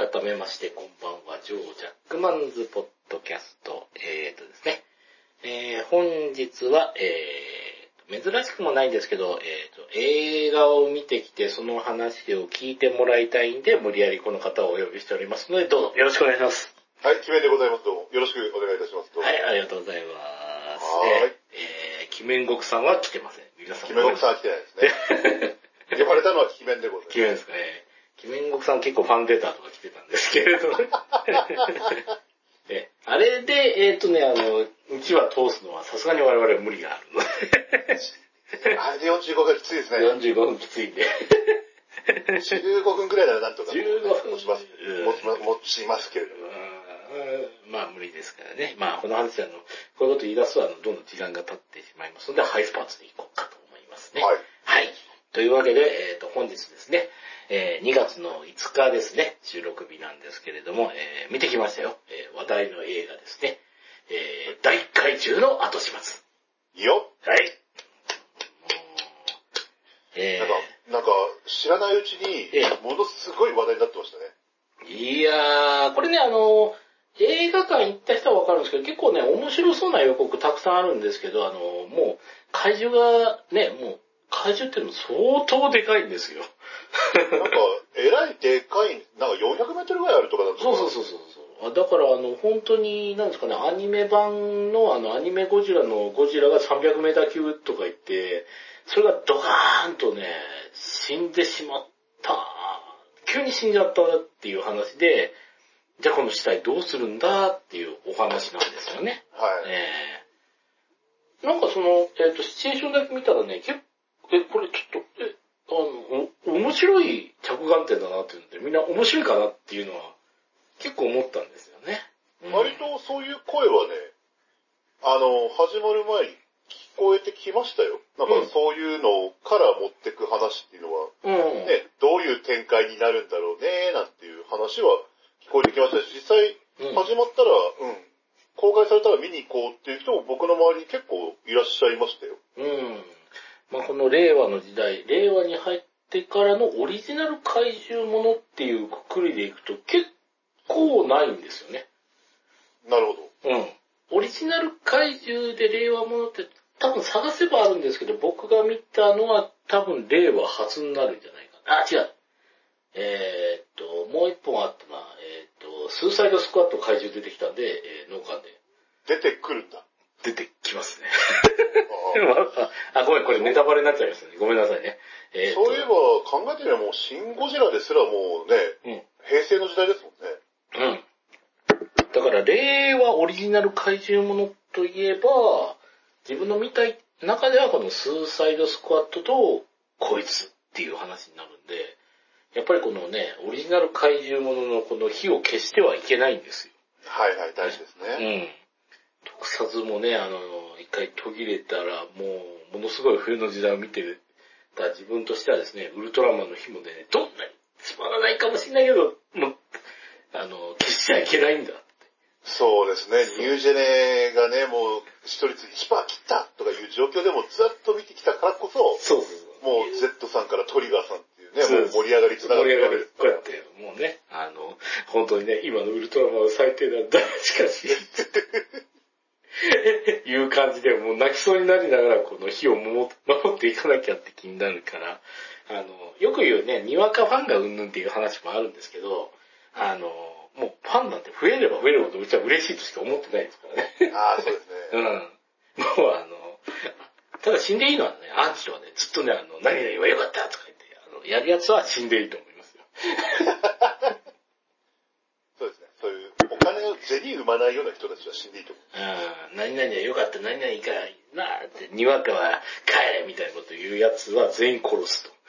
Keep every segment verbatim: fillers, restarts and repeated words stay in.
改めましてこんばんは、ジョー・ジャックマンズポッドキャスト。えーとですね、えー、本日は、えー、珍しくもないんですけど、えーと、映画を見てきてその話を聞いてもらいたいんで、無理やりこの方をお呼びしておりますので、どうぞよろしくお願いします。 はい、キメンでございます。どうもよろしくお願いいたします。どうもはい、ありがとうございます。 はい。 えー、キメンゴクさんは来てません。皆さん。 キメンゴクさんは来てないですね。呼ばれたのはキメンでございます。 キメンですかね。キメンゴクさん結構ファンレターとか来てたんですけれどえあれで、えっ、ー、とね、あの、うちは通すのはさすがに我々は無理があるので。 あれでよんじゅうごふんきついですね。 よんじゅうごふんきついんで。 じゅうごふんくらいならなんとか、 じゅうごふん持ちます、持ち持ちますけれども。 まあ無理ですからね。まあこの話はあの、こういうこと言い出すとあの、どんどん時間が経ってしまいますので、ハイスパーツでいこうかと思いますね。 はい。 はい。というわけで、えっ、ー、と、本日ですね、えー、にがつのいつかですね、収録日なんですけれども、えー、見てきましたよ。えー、話題の映画ですね。えー、大怪獣の後始末。 いいよ。 はい。 えー、なんか、なんか、知らないうちに、ものすごい話題になってましたね。 いやー、これね、あの、映画館行った人はわかるんですけど、結構ね、面白そうな予告たくさんあるんですけど、あの、もう、怪獣がね、もう、怪獣っていうの相当でかいんですよ。 なんか、えらいでかい、なんかよんひゃくメートルぐらいあるとかだったそうそうそうそう。だから、あの、本当に、なんですかね、アニメ版の、あの、アニメゴジラのゴジラがさんびゃくメーター級とか言って、それがドカーンとね、死んでしまった。急に死んじゃったっていう話で、じゃあこの死体どうするんだっていうお話なんですよね。 はい。 えー、なんかその、えっ、ー、と、シチュエーションだけ見たらね、結構、え、これちょっと、え、あの、面白い着眼点だなっていうので、みんな面白いかなっていうのは結構思ったんですよね。 うん、割とそういう声はね、あの、始まる前に聞こえてきましたよ。なんかそういうのから持ってく話っていうのは、うん、ね、どういう展開になるんだろうね、なんていう話は聞こえてきましたし、実際始まったら、うん、うん、公開されたら見に行こうっていう人も僕の周りに結構いらっしゃいましたよ。 うん。まあこの令和の時代、令和に入ってからのオリジナル怪獣ものっていうくくりでいくと結構ないんですよね。 なるほど。 うん。オリジナル怪獣で令和ものって多分探せばあるんですけど、僕が見たのは多分令和初になるんじゃないかな。あ、違う。えー、っと、もう一本あったな。えー、っと、スーサイドスクワット怪獣出てきたんで、えー、脳幹で。 出てくるんだ。 出てきますね。あ, あ、ごめん、これネタバレになっちゃいましたね。ごめんなさいね。 えー、そういえば考えてみればもうシン・ゴジラですらもうね、うん、平成の時代ですもんね。 うん。だから令和オリジナル怪獣ものといえば、自分の見たい中ではこのスーサイドスクワットとこいつっていう話になるんで、やっぱりこのね、オリジナル怪獣もののこの火を消してはいけないんですよ。 はいはい、大事ですね。 うん。特撮もね、あの、一回途切れたらもう、ものすごい冬の時代を見てた自分としてはですね、ウルトラマンの火もね、どんなにつまらないかもしれないけど、もう、あの、消しちゃいけないんだ。 そうですね。ニュージェネがね、もう、視聴率 いちパーセント 切ったとかいう状況でもずっと見てきたからこそ、 そうそうそうもう Z さんからトリガーさんっていうね、もう盛り上がりつながってるわけですから。 こうやって、もうね、あの、本当にね、今のウルトラマンは最低なんだ、しかし、いう感じで、もう泣きそうになりながらこの火を守っていかなきゃって気になるから、あの、よく言うね、にわかファンがうんぬんっていう話もあるんですけど、あの、もうファンなんて増えれば増えるほどうちは嬉しいとしか思ってないですからね。 ああ、そうですね。 うん。もうあの、ただ死んでいいのはね、アーチとはね、ずっとね、あの、何々は良かったとか言って、あの、やるやつは死んでいいと思いますよ。 そうですね。そういう、お金を銭生まないような人たちは死んでいいと思う。 うん。何々は良かった、何々かなーって、にわかは帰れみたいなこと言うやつは全員殺すと。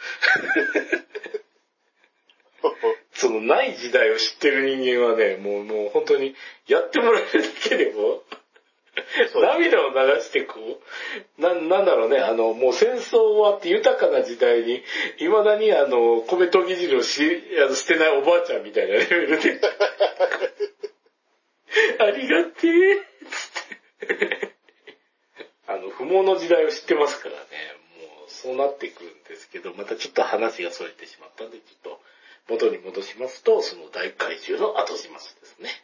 そのない時代を知ってる人間はね、もう、もう本当にやってもらえるだけでも、涙を流してこう、な、なんだろうね、あの、もう戦争終わって豊かな時代に、未だにあの、米とぎ汁をし、あの、捨てないおばあちゃんみたいなレベルで、ありがてえ、つって。あの、不毛の時代を知ってますからね、もうそうなってくるんですけど、またちょっと話が逸れてしまったんで、ちょっと、 元に戻しますと、その大怪獣の後始末ですね。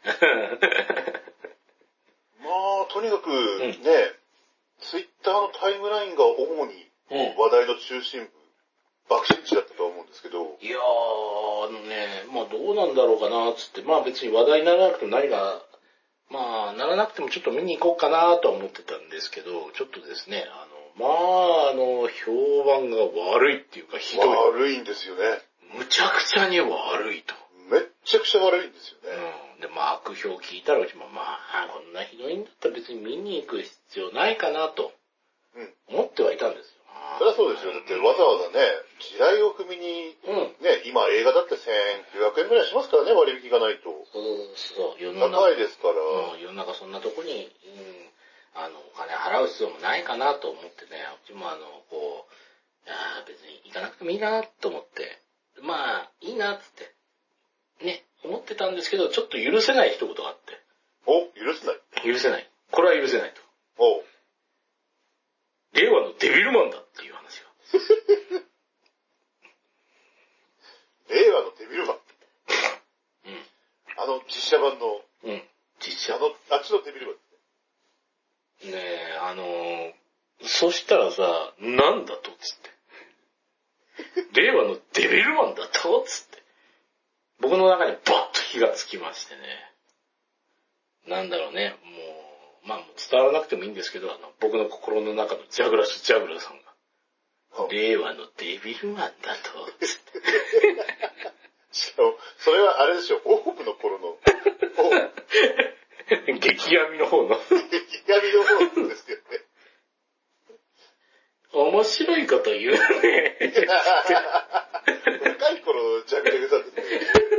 まあ、とにかくね、うん、ツイッターのタイムラインが主に話題の中心部、うん、爆心地だったと思うんですけど。 いやー、あのね、まあどうなんだろうかな、つって、まあ別に話題にならなくても何が、まあならなくてもちょっと見に行こうかなとは思ってたんですけど、ちょっとですね、あの、まああの、評判が悪いっていうかひどい。 悪いんですよね。 むちゃくちゃに悪いと。 めっちゃくちゃ悪いんですよね。 うん。で、まあ悪評聞いたらうちも、まあ、こんなひどいんだったら別に見に行く必要ないかなと、思ってはいたんですよ。 そりゃそうですよ。だってわざわざね、地雷を踏みに、うん、ね、今映画だってせんきゅうひゃくえんぐらいしますからね、割引がないと。 そうそう、世の中。高いですから。 うん、世の中そんなとこに、うん、あの、お金払う必要もないかなと思ってね、うちもあの、こう、いや別に行かなくてもいいなと思って、まあ、いいなっつって、ね、思ってたんですけど、ちょっと許せない一言があって。 お、許せない許せない。これは許せないと。 お令和のデビルマンだっていう話が。 令和のデビルマンうん。 あの実写版の。 うん。実写。 あの、あっちのデビルマンですね。ねえ、あのー、そしたらさ、なんだとつって。令和のデビルマンだとつって。僕の中にバッと火がつきましてね。なんだろうね、もう、まあもう伝わらなくてもいいんですけど、あの、僕の心の中のジャグラス・ジャグラさんが、令和のデビルマンだと、つって。 しかも、それはあれでしょ、オープの頃の。 激闇の方の。 激闇の方ですけどね。 面白いこと言うね。 若い頃のジャグジャグさんですね。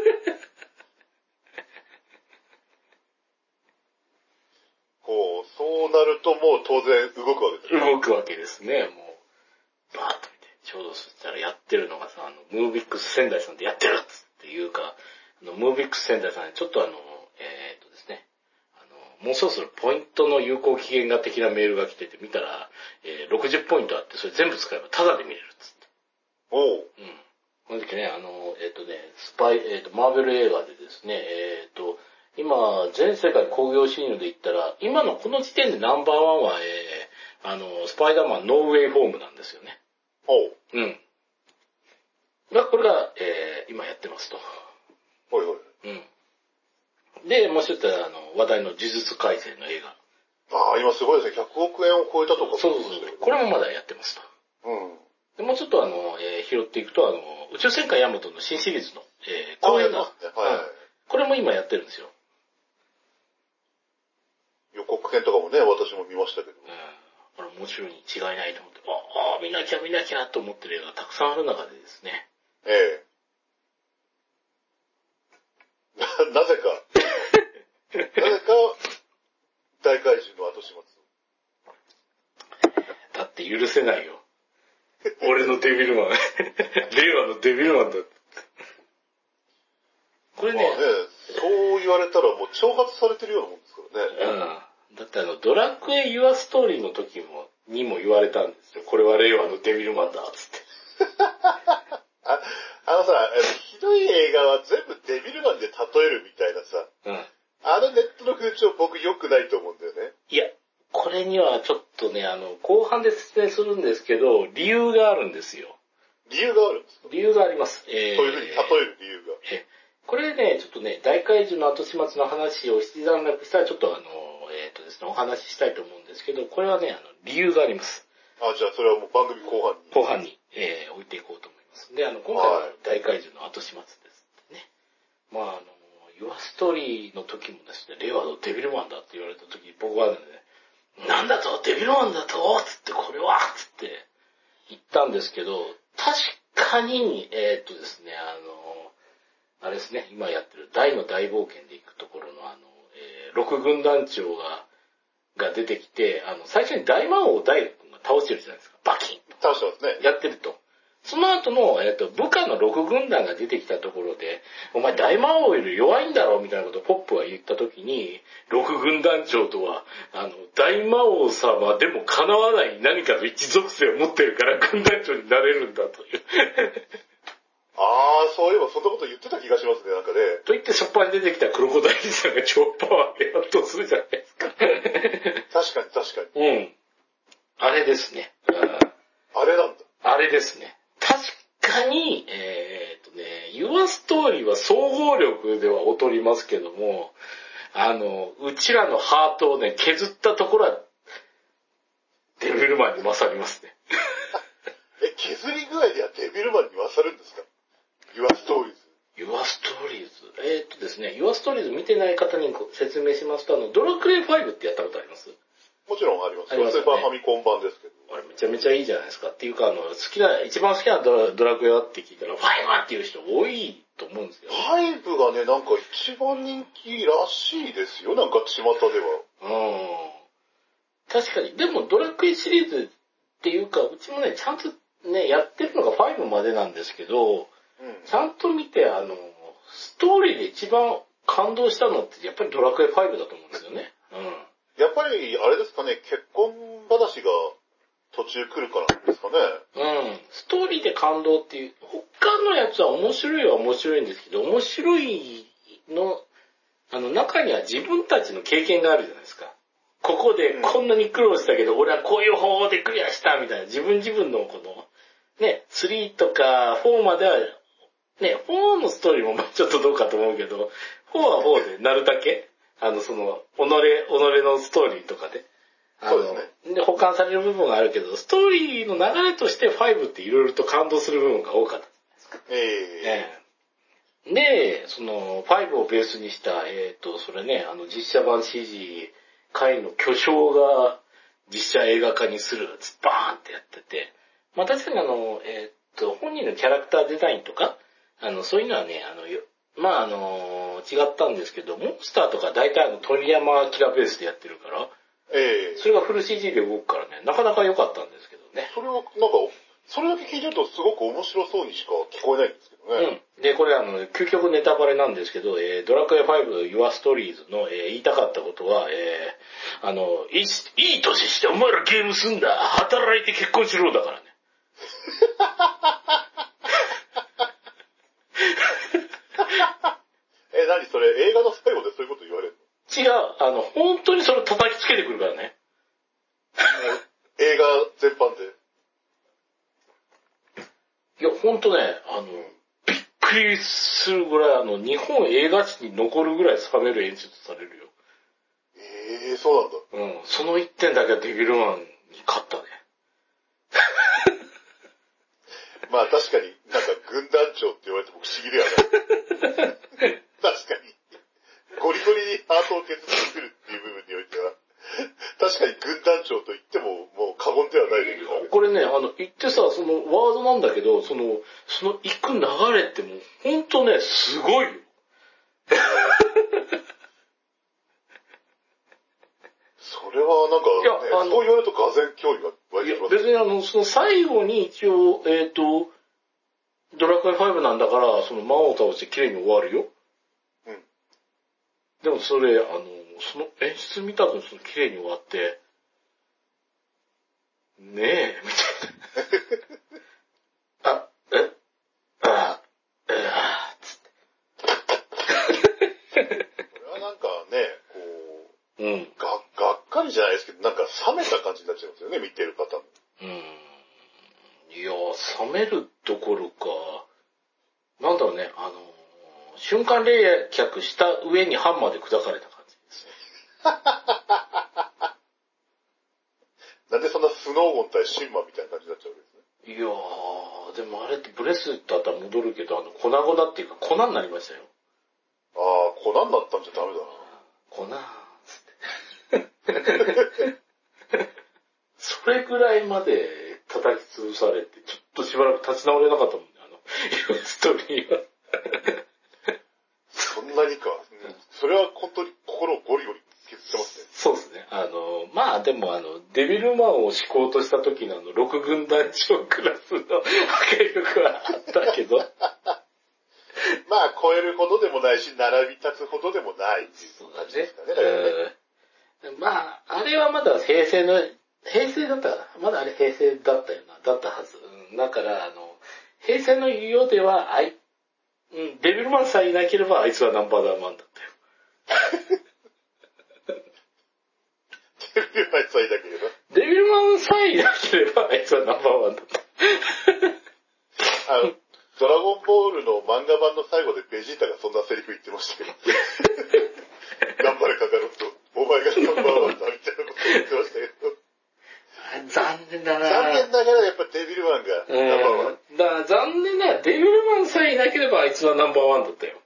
こう、そうなるともう当然動くわけですね。 動くわけですね、もう。バーッと見て。ちょうどそしたらやってるのがさ、あの、ムービックス仙台さんでやってるっていうか、あの、ムービックス仙台さんにちょっとあの、えー、っとですね、あの、もうそろそろポイントの有効期限が的なメールが来てて見たら、えー、ろくじゅうポイントあって、それ全部使えばタダで見れるっつって。 おう。 うん。この時ね、あの、えー、っとね、スパイ、えー、っと、マーベル映画でですね、えー、っと、今、全世界興行収入で言ったら、今のこの時点でナンバーワンは、えー、あの、スパイダーマンノーウェイホームなんですよね。 おう。 うん。が、これが、えー、今やってますと。 はいはい。 うん。で、もう一つは、あの、話題の呪術廻戦の映画。 ああ、今すごいですね。ひゃくおくえんを超えたとか。 そうそうそう。これもまだやってますと。 うん。 でもうちょっとあの、えー、拾っていくと、あの、宇宙戦艦ヤマトの新シリーズの、えー、公演が、 ね、はい、はい。 これも今やってるんですよ。 予告編とかもね、私も見ましたけど。うん。 これ面白いに違いないと思って、ああ、見なきゃ見なきゃと思ってる映画がたくさんある中でですね。 ええ。な、なぜか。なぜか、大怪獣の後始末。 だって許せないよ。俺のデビルマン。令和のデビルマンだって。これね。まあね、 そう言われたらもう挑発されてるようなもんですからね。うん。だってあの、ドラクエユアストーリーの時も、にも言われたんですよ。これは令和のデビルマンだ、つって。 あ, あのさ、ひどい映画は全部デビルマンで例えるみたいなさ。うん。あのネットの風潮僕良くないと思うんだよね。 いや、これにはちょっとね、あの、後半で説明するんですけど、理由があるんですよ。 理由があるんですか？ 理由があります。 えー、そういうふうに例える理由が。 えこれね、ちょっとね、大怪獣の後始末の話を一段落したら、ちょっとあの、えっ、ー、とですね、お話ししたいと思うんですけど、これはね、あの、理由があります。 あ、じゃあそれはもう番組後半に。 後半に、えー、置いていこうと思います。で、あの、今回は大怪獣の後始末ですね。まあ、あの、ユアストーリーの時もですね、令和のデビルマンだって言われた時、僕はね、なんだとデビルマンだとつって、これはつって言ったんですけど、確かに、えー、っとですね、あの、あれですね、今やってる大の大冒険で行くところのあの、えー、六軍団長が、が出てきて、あの、最初に大魔王大君が倒してるじゃないですか。バキンと。 倒してますね。 やってると。その後の、えっ、ー、と、部下の六軍団が出てきたところで、お前大魔王より弱いんだろみたいなことをポップは言ったときに、六軍団長とは、あの、大魔王様でも叶わない何かの一属性を持ってるから軍団長になれるんだという。 ああ、 そういえばそんなこと言ってた気がしますね、なんかね。 と言って初っ端に出てきたクロコダイルさんが超パワーでやっとするじゃないですか。 確かに確かに。 うん。あれですね。 あれなんだ。 あれですね。確かに、えー、っとね、Your Story は総合力では劣りますけども、あの、うちらのハートをね、削ったところは、デビルマンに勝りますね。 え、削り具合ではデビルマンに勝るんですか？ Your Stories。 Your Stories。えー、っとですね、Your Stories 見てない方に説明しますと、あの、ドラクエファイブってやったことあります？ もちろんあります。 ありますよね。 スーパーファミコン版ですけど。 あれめちゃめちゃいいじゃないですか。っていうか、あの、好きな、一番好きなドラ、ドラクエはって聞いたら、ファイブっていう人多いと思うんですよ。 ファイブがね、なんか一番人気らしいですよ、なんか巷では。 うん。確かに。でもドラクエシリーズっていうか、うちもね、ちゃんとね、やってるのがファイブまでなんですけど、うん、ちゃんと見て、あの、ストーリーで一番感動したのって、やっぱりドラクエファイブだと思うんですよね。うん。 やっぱり、あれですかね、結婚話が途中来るからですかね。 うん。ストーリーで感動っていう、他のやつは面白いは面白いんですけど、面白いの、あの、中には自分たちの経験があるじゃないですか。ここでこんなに苦労したけど、うん、俺はこういう方法でクリアしたみたいな、自分自分のこの、ね、スリーとかフォーまでは、ね、フォーのストーリーもちょっとどうかと思うけど、フォーはフォーでなるだけ、あの、その、己、己のストーリーとかで、あの、そうですね。で、保管される部分があるけど、ストーリーの流れとしてファイブっていろいろと感動する部分が多かったじゃないですか。えー、えーで、その、ファイブをベースにした、えっと、それね、あの、実写版 シージー 界の巨匠が実写映画化にする、つバーンってやってて、まあ確かにあの、えっと、本人のキャラクターデザインとか、あの、そういうのはね、あの、まああの、違ったんですけど、モンスターとか大体あの、鳥山キラベースでやってるから、ええー、それがフル シージー で動くからね、なかなか良かったんですけどね。 それは、なんか、それだけ聞いてるとすごく面白そうにしか聞こえないんですけどね。 うん。で、これあの、究極ネタバレなんですけど、えー、ドラクエファイブ Your Stories の、えー、言いたかったことは、えー、あの、いい、いい年してお前らゲームすんだ。働いて結婚しろだからね。 え、何それ、映画の最後でそういうこと言われるの？違う。あの、本当にそれ叩きつけてくるからね。 映画全般で。 いや、ほんとね、あの、びっくりするぐらい、あの、日本映画史に残るぐらい冷める演出されるよ。 ええー、そうなんだ。 うん。その一点だけはデビルマンに勝ったね。 まあ確かに、なんか軍団長って言われても不思議ではない。確かに。ゴリゴリにハートを削ってくるっていう部分においては、確かに軍団長と言ってももう過言ではないレベルだね。 これね、あの、言ってさ、そのワードなんだけど、その、その行く流れってもう、ほんとね、すごいよ。 それはなんか、ね、いや、あのそう言われると俄然興味が湧いてきます。 いや、別にあの、その最後に一応、えっと、ドラクエファイブなんだから、その魔王を倒して綺麗に終わるよ。うん。でもそれ、あの、その演出見た後にその綺麗に終わって、ねえ、みたいな。あ、えあ、えあ、つって。 これはなんかね、こう、うん。が、がっかりじゃないですけど、なんか冷めた感じになっちゃいますよね、見てる方も。 うん。いや、冷めるどころか、なんだろうね、あの、瞬間冷却した上にハンマーで砕かれた感じですね。 なんでそんなスノーゴン対シンマみたいな感じになっちゃうわけですね。 いやー、でもあれってブレスだったら戻るけど、あの、粉々っていうか粉になりましたよ。 ああ、粉になったんじゃダメだな。 粉ーつって。それぐらいまで叩き潰されて、ちょっとしばらく立ち直れなかったもんね、あの、ストーリーは。 そんなにか。うん、それは本当に心をゴリゴリ削ってますね。 そうですね。あの、まあでもあの、デビルマンを思考とした時のあの、六軍団長クラスの破壊力はあったけど。 まあ、超えるほどでもないし、並び立つほどでもないっていう感じですかね。そうだね。 うん、まあ、あれはまだ平成の、平成だったかな。まだあれ平成だったよな。だったはず。だから、あの、平成の世では、あい、 うん、デビルマンさえいなければあいつはナンバーワンだったよ。 デビルマンさえいなければデビルマンさえいなければあいつはナンバーワンだった。 あの、ドラゴンボールの漫画版の最後でベジータがそんなセリフ言ってましたけど。頑張れカカロット。お前がナンバーワンだみたいなこと言ってましたけど。 残念だな残念ながらやっぱデビルマンがナンバーワン。 だから残念ながらデビルマンさえいなければあいつはナンバーワンだったよ。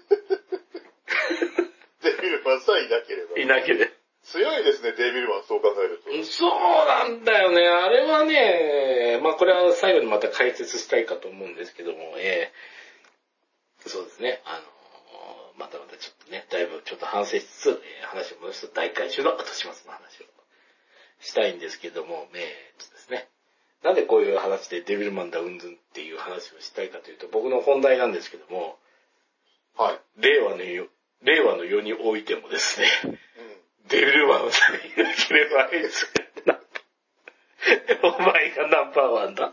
デビルマンさえいなければ。 いなければ。 強いですね、デビルマン、そう考えると。 そうなんだよね。あれはね、まあこれは最後にまた解説したいかと思うんですけども、えー、そうですね。あのー、またまたちょっとね、だいぶちょっと反省しつつ、えー、話を戻すと大回収の後始末の話をしたいんですけども、えー、とですね。なんでこういう話でデビルマンだうんずんっていう話をしたいかというと、僕の本題なんですけども、 はい。 令和の世、令和の世においてもですね、うんデビルマンさえいなければあいつがお前がナンバーワンだ。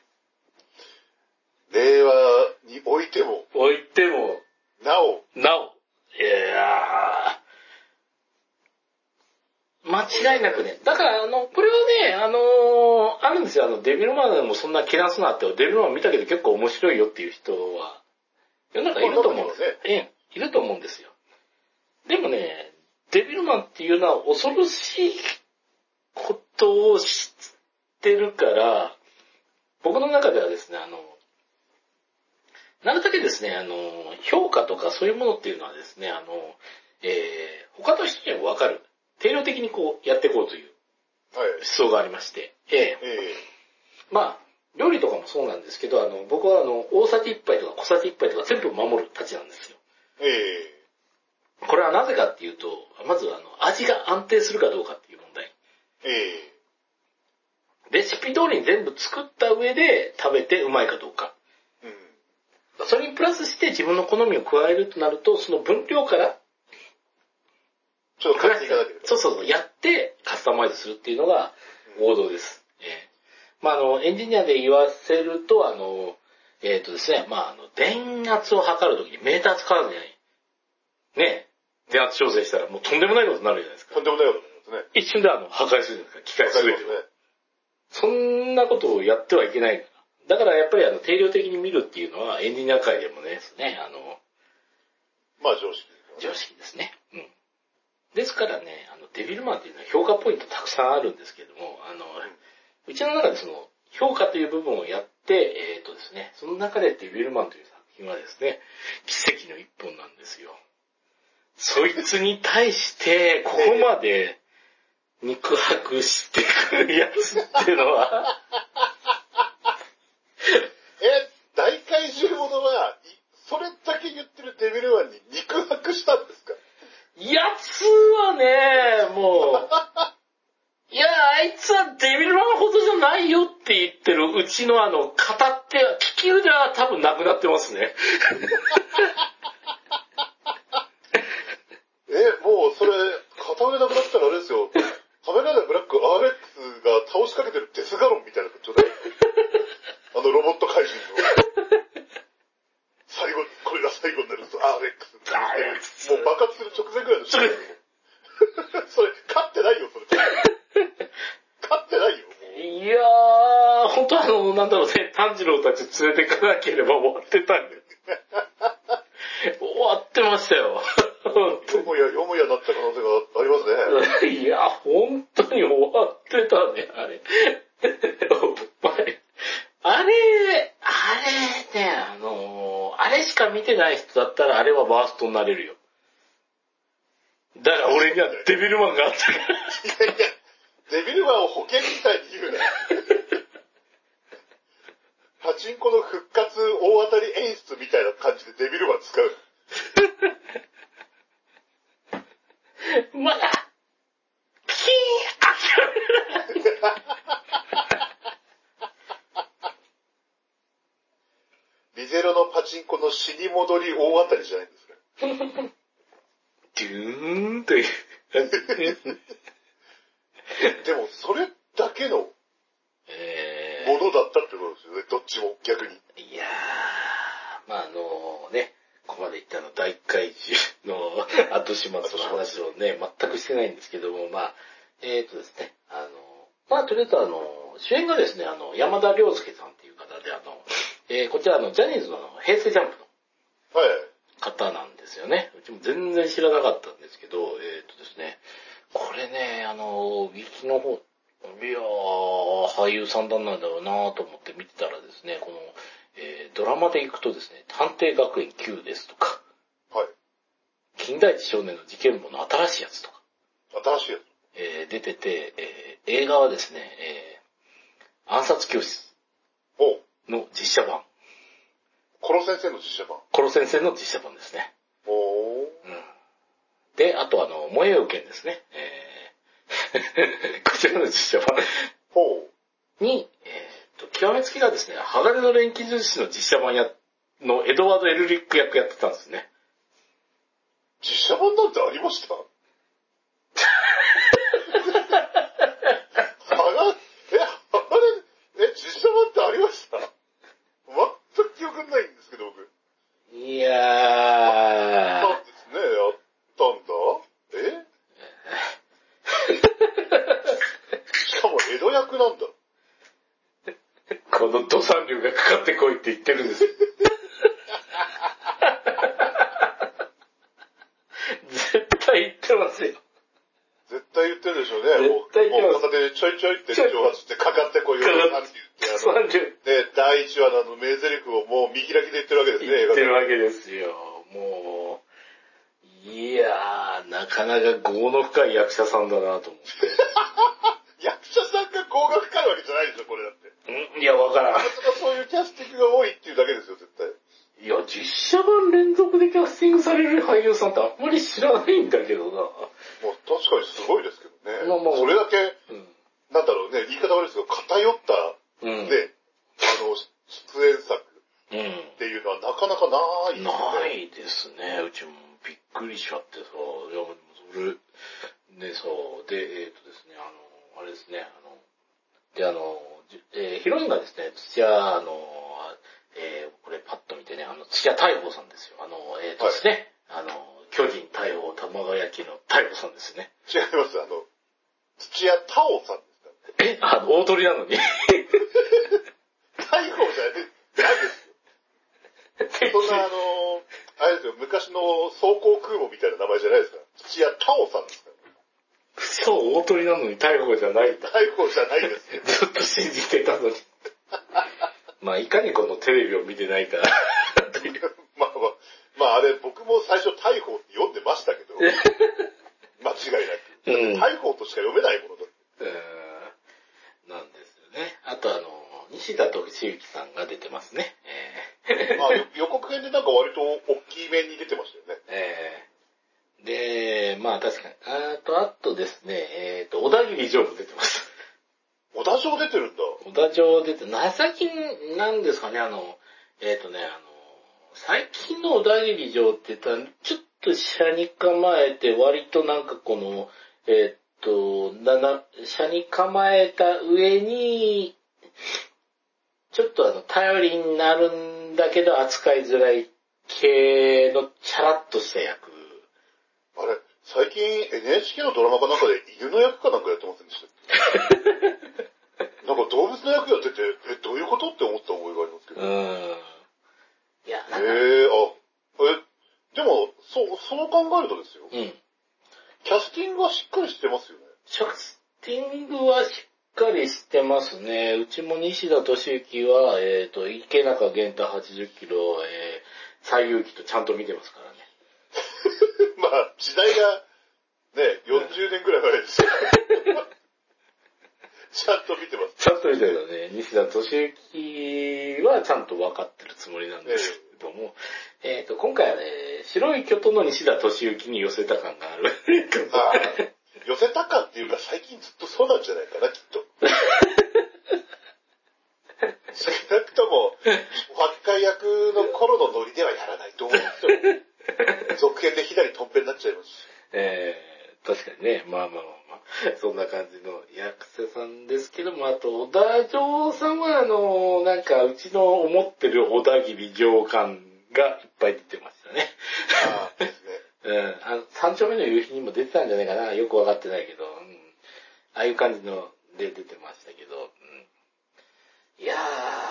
令和においても。 おいても。 なお。 なお。いやー。間違いなくね。だからあの、これはね、あのー、あるんですよ。あの、デビルマンもそんな気なすなって、デビルマン見たけど結構面白いよっていう人は、世の中いると思うんですよ。ええ、いると思うんですよ。でもね、デビルマンっていうのは恐ろしいことを知ってるから、僕の中ではですね、あの、なるだけですね、あの、評価とかそういうものっていうのはですね、あの、えー、他の人にもわかる。定量的にこうやっていこうという思想がありまして、えーえー、まあ、料理とかもそうなんですけど、あの、僕はあの、大さじいっぱいとか小さじいっぱいとか全部守るたちなんですよ。 えーこれはなぜかっていうと、まずあの、味が安定するかどうかっていう問題。 えー、レシピ通りに全部作った上で食べてうまいかどうか。うん、それにプラスして自分の好みを加えるとなると、その分量から、 ちょっと変えていかなければ。 そうそう、やってカスタマイズするっていうのが王道です。うん、えー、まああの、エンジニアで言わせると、あの、えっ、ー、とですね、まああの、電圧を測るときにメーター使わずにね、電圧調整したらもうとんでもないことになるじゃないですか。 とんでもないことになりますね。 一瞬であの、破壊するじゃないですか、機械すべてを。ね、そんなことをやってはいけないから。だからやっぱりあの、定量的に見るっていうのはエンジニア界でもね、ね、あの、 まあ常識ですね。常識ですね。うん。ですからね、あの、デビルマンっていうのは評価ポイントたくさんあるんですけども、あの、うん、うちの中でその、評価という部分をやって、えっ、ー、とですね、その中でデビルマンという作品はですね、奇跡の一本なんですよ。そいつに対して、ここまで肉薄してくるやつっていうのはえ、大怪獣ものは、それだけ言ってるデビルマンに肉薄したんですか？ やつはね、もう、いや、あいつはデビルマンほどじゃないよって言ってるうちのあの、語って、利き腕は多分なくなってますね。 え、もうそれ、片腕なくなったらあれですよ。仮面ライダーブラック アールエックス が倒しかけてるデスガロンみたいな状態。あのロボット怪人の。最後、これが最後になると アールエックス。アールエックス。もう爆発する直前ぐらいのシーン。それ、勝ってないよ、それ。勝ってないよ、もう。 いやー、本当あの、なんだろうね、炭治郎たち連れてかなければ終わってたんで。終わってましたよ。 よもや、よもやなった可能性がありますね。いや、本当に終わってたね、あれ。あれ、あれね、あのー、あれしか見てない人だったらあれはワーストになれるよ。だから俺にはデビルマンがあったから。いやいや、 デビルマンを保険みたいに言うな。パチンコの復活大当たり演出みたいな感じでデビルマン使う。 まだ、キーン諦めない。 リゼロのパチンコの死に戻り大当たりじゃないんですか。 ドゥーンという。 でも、それだけのものだったってことですよね、どっちも逆に。 いやー、まああのね、 まで行ってあの、大怪獣の後始末の話をね、全くしてないんですけども、まあ、えっとですね、あの、まあ、とりあえずあの、主演がですね、あの、山田涼介さんっていう方で、あの、えー、こちらあの、ジャニーズの平成ジャンプの方なんですよね。うちも全然知らなかったんですけど、えっとですね、これね、あの、ウィキの方、いやー、俳優さんなんだろうなと思って見てたらですね、この、えー、ドラマで行くとですね、探偵学園 Q ですとか、 はい。 金田一少年の事件簿の新しいやつとか、 新しいやつ、 えー、出てて、えー、映画はですね、えー、暗殺教室の実写版。 コロ先生の実写版。 コロ先生の実写版ですね。 おー。うん。 で、あとあの、燃えよ剣ですね。えー、こちらの実写版。 ほう。に、えー、と、極めつきがですね、鋼の錬金術師の実写版や、のエドワード・エルリック役やってたんですね。 実写版なんてありました？はが、え、鋼、え、実写版ってありました？全く記憶ないんですけど、僕。 いやー。 あったんですね。あったんだ。えしかも江戸役なんだ。 この土産流がかかってこいって言ってるんですよ。絶対言ってますよ。 絶対言ってるでしょうね。 絶対言ってます。 もう片手でちょいちょいって挑発してかかってこいよなんて言って、あの、ね、第一話のあの名台詞をもう見開きで言ってるわけですね、 言ってるわけですよ。もう、いやー、なかなか業の深い役者さんだなと思って。 役者さんが業が深いわけじゃないでしょ、これだって。 んいや、わからん。 そういうキャスティングが多いっていうだけですよ、絶対。 いや、実写版連続でキャスティングされる俳優さんってあんまり知らないんだけどな。 もう確かにすごいですけどね。 まあまあ、 それだけ、 うん、 なんだろうね、言い方悪いですけど、偏った、うん、ね、あの、出演作っていうのはなかなかないですね。 ないですね。うちもびっくりしちゃってさ。いや、それ、ね、そう。で、えっとですね、あの、あれですね、あの、で、あの、えー、ヒロインがですね、土屋、あの、えー、これパッと見てね、あの、土屋大宝さんですよ。あの、えっとですね、はい、あの、巨人大宝玉川焼きの大宝さんですね。 違います、あの、土屋太鳳さんですか？ え、あの、大鳥なのに。 大宝じゃない、ないですよ。そんなあの、あれですよ、昔の装甲空母みたいな名前じゃないですか。土屋太鳳さんですから。 そう、大鳥なのに大宝じゃない。 大宝じゃないですよ。 ずっと信じてたのに。まあ、いかにこのテレビを見てないかという。 まあまあ、まああれ、僕も最初大宝って読んでましたけど、間違いなく。うん、大宝としか読めないものだって。 うん、なんですよね。あとあの、西田敏行さんが出てますね。 えー、まあ予告編でなんか割と大きい面に出てましたよね。 えー、で、まあ確かに。あと、あとですね、えっ、ー、と、小田切城も出てます。 小田城出てるんだ。 小田城出て、な、最近なんですかね、あの、えっ、ー、とね、あの、最近の小田切城って言ったら、ちょっと車に構えて、割となんかこの、えっ、ー、と、な、な、車に構えた上に、ちょっとあの、頼りになるんだけど扱いづらい系のチャラッとした役。 あれ、最近 エヌエイチケー のドラマかなんかで犬の役かなんかやってませんでしたなんか動物の役やってて、え、どういうことって思った覚えがありますけど。うーん。いや、なんか。へえー、あ、え、でも、そう、そう考えるとですよ。うん。キャスティングはしっかりしてますよね。 キャスティングはしっかりしてますね。うちも西田敏行は、えっ、ー、と、池中玄太はちじゅっキロ、えー、西遊記とちゃんと見てますからね。 まあ、時代が、ね、よんじゅうねんぐらい前ですよ。ちゃんと見てます。 ちゃんと見てるよね。西田敏行はちゃんと分かってるつもりなんですけども、えっ、ー、と、今回はね、白い巨頭の西田敏行に寄せた感がある。 ああ、寄せた感っていうか最近ずっとそうなんじゃないかな、きっと。少なくとも、若回役の頃のノリではやらないと思うんですよ。続編で左トンペになっちゃいますし。 えー、確かにね、まあまあまあ、そんな感じの役者さんですけども、あと、小田城さんはあの、なんか、うちの思ってる小田切上官がいっぱい出てましたね。 ああ、ですね。 うん。あの、三丁目の夕日にも出てたんじゃないかな。よくわかってないけど。うん、ああいう感じので出てましたけど。うん、いや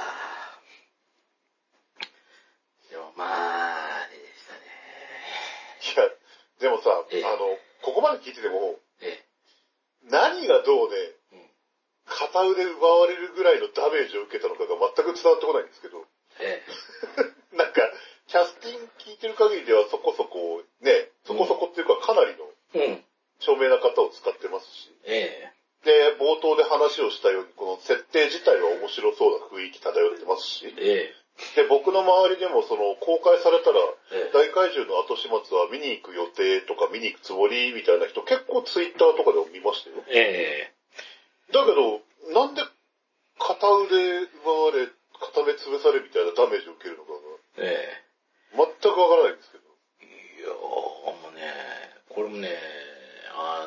ー。でもまあ、あれでしたね。 いや、でもさ、あの、ここまで聞いてても、え何がどうで、うん、片腕奪われるぐらいのダメージを受けたのかが全く伝わってこないんですけど。ええ、なんか、キャスティング聞いてる限りではそこそこ、ね、そこそこっていうかかなりの、著名な方を使ってますし。ええ、で、冒頭で話をしたように、この設定自体は面白そうな雰囲気漂ってますし。ええ、で、僕の周りでもその、公開されたら、ええ、大怪獣の後始末は見に行く予定とか見に行くつもりみたいな人結構ツイッターとかでも見ましたよ。ええ、だけど、なんで片腕奪われ、片目潰されみたいなダメージを受けるのかが、ええ、全くわからないんですけど。 いやー、もうね、これもね、あ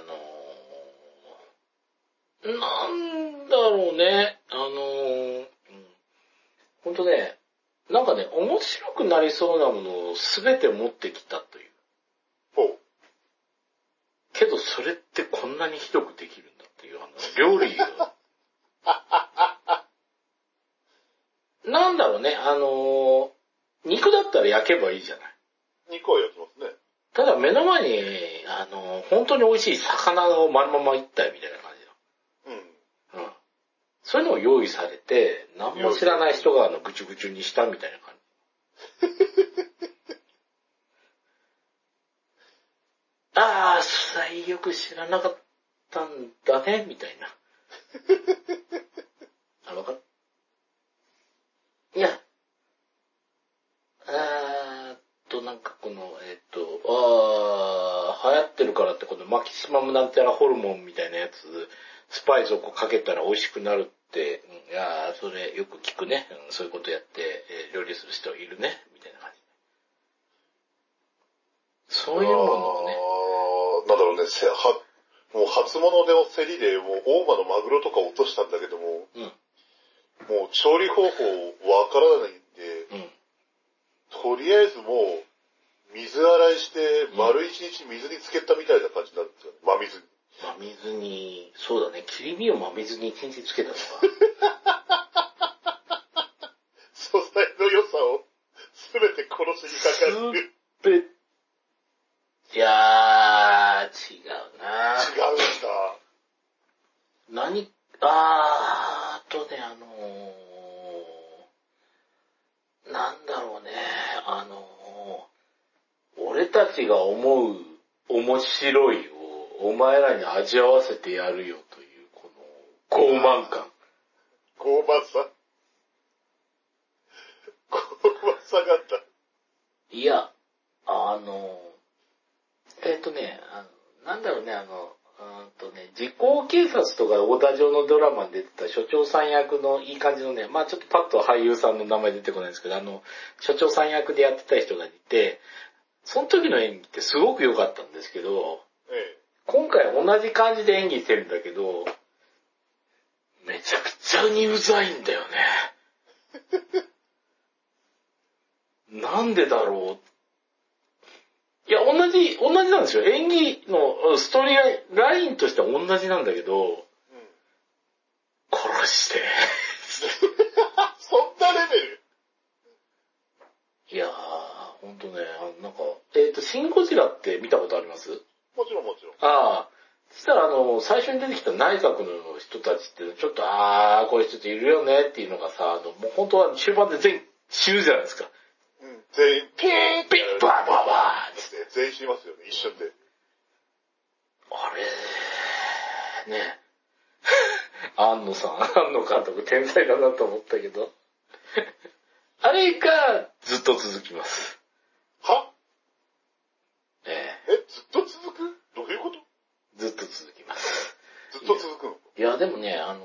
のー、なんだろうね、あのー、うん、ほんとね、なんかね、面白くなりそうなものを全て持ってきたという。ほう。けどそれってこんなにひどくできるんだっていう、あの、料理を。なんだろうね、あのー、肉だったら焼けばいいじゃない。 肉は焼きますね。 ただ目の前に、あのー、本当に美味しい魚を丸ままいったよみたいな感じだ。うん。うん。そういうのを用意されて、何も知らない人があの、ぐちゅぐちゅにしたみたいな感じ。ああ、最よく知らなかったんだね、みたいな。あ、わかっいや、えーっと、なんかこの、えーっと、あー、流行ってるからってこのマキシマムなんちゃらホルモンみたいなやつ、スパイスをこうかけたら美味しくなるって、うん、いやー、それよく聞くね。うん、そういうことやって、えー、料理する人いるね、みたいな感じ。そういうものをね。 あー、なんだろうね、せは、もう初物で競りで、もう大間のマグロとか落としたんだけども、うん、もう調理方法わからないんで、うん、とりあえずもう、水洗いして、丸一日水につけたみたいな感じになるんですよね。真水に。 真水に、そうだね、切り身を真水に一日つけたとか。 素材の良さをすべて殺しにかかる。すべ、 いやー、違うな違うんだ。 何、あー、とね、あのー、なんだろうね、あのー、俺たちが思う面白いをお前らに味わわせてやるよという、この傲慢感。 傲慢さ。傲慢さがあった。 いや、あの、えっとね、あの、なんだろうね、あの、うんとね、時効警察とか大田城のドラマに出てた所長さん役のいい感じのね、まあちょっとパッと俳優さんの名前出てこないんですけど、あの、所長さん役でやってた人がいて、その時の演技ってすごく良かったんですけど、ええ、今回同じ感じで演技してるんだけど、めちゃくちゃにうざいんだよね。なんでだろう。いや、同じ、同じなんですよ。演技のストーリーラインとしては同じなんだけど、うん、殺して。 そんなレベル？ いやー、ほんとね、なんか、えっと、シン・ゴジラって見たことあります？ もちろんもちろん。 ああ。そしたらあの、最初に出てきた内閣の人たちって、ちょっと、あー、こういう人っているよねっていうのがさ、あの、もう本当は中盤で全員死ぬじゃないですか。 うん、全員、 ピーンピーンバーバーバーって。 全員死にますよね、一瞬で。 あれね。安野さん、安野監督天才だなと思ったけど。あれがずっと続きます。 は？ ええ。え、ずっと続く？どういうこと？ ずっと続きます。 ずっと続くの？ いや、いやでもね、あの、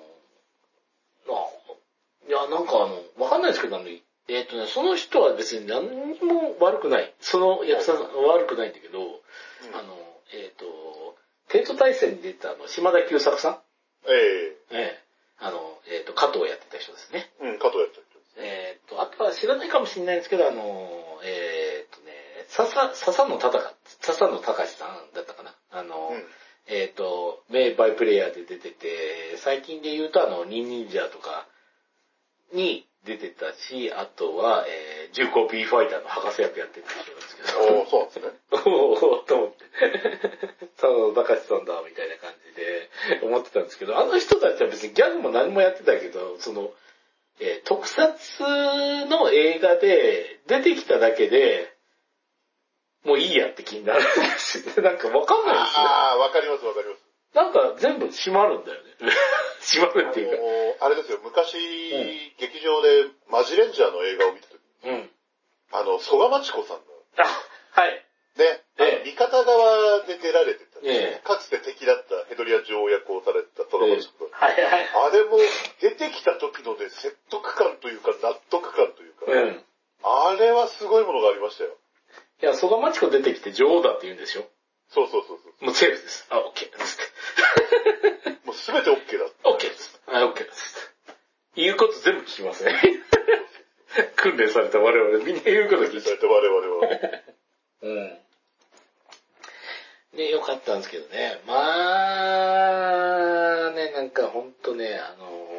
いや、なんかあの、わかんないですけど、あの、えっとね、その人は別に何にも悪くない。その役者さんは悪くないんだけど、うん、あの、えっと、帝都大戦に出たあの、島田久作さん、ええええ、あの、えっと、加藤をやってた人ですね。 うん、加藤やってた人です。 えっと、あとは知らないかもしれないんですけど、あの、 えー、っとね、笹、笹野たたか、笹野隆さんだったかな。あの、うん、えー、っと、名バイプレイヤーで出てて、最近で言うとあの、ニンニンジャーとかに出てたし、あとは、えー、重工 B ファイターの博士役やってた人なんですけど。 おー、そうなんですね。 おー、と思って。笹野隆さんだ、みたいな感じで思ってたんですけど、あの人たちは別にギャグも何もやってたけど、その、えー、特撮の映画で出てきただけで、もういいやって気になるんですよ。なんかわかんないですよ。 ああ、わかりますわかります。 なんか全部閉まるんだよね。閉まるっていうか。 あのー、あれですよ、昔、うん、劇場でマジレンジャーの映画を見たときに、うん、あの、曽我真知子さんの、 あ、はい。 ね、ええ、味方側で出られてた、 ええ、 かつて敵だったヘドリア女王役をされてた曽我真知子さん、 ええ、はいはい。 あれも出てきた時のね、説得感というか納得感というか、うん、あれはすごいものがありましたよ。 いや、曽我真知子出てきて女王だって言うんでしょ。 そうそうそうそう。 もうセーフです。あ、オッケーです。 もうすべてオッケーだ。 オッケーです。あ、オッケーです。言うこと全部聞きますね。訓練された我々、みんな言うこと聞いて。訓練された我々は。うん。で、よかったんですけどね。まあ、ね、なんかほんとね、あの、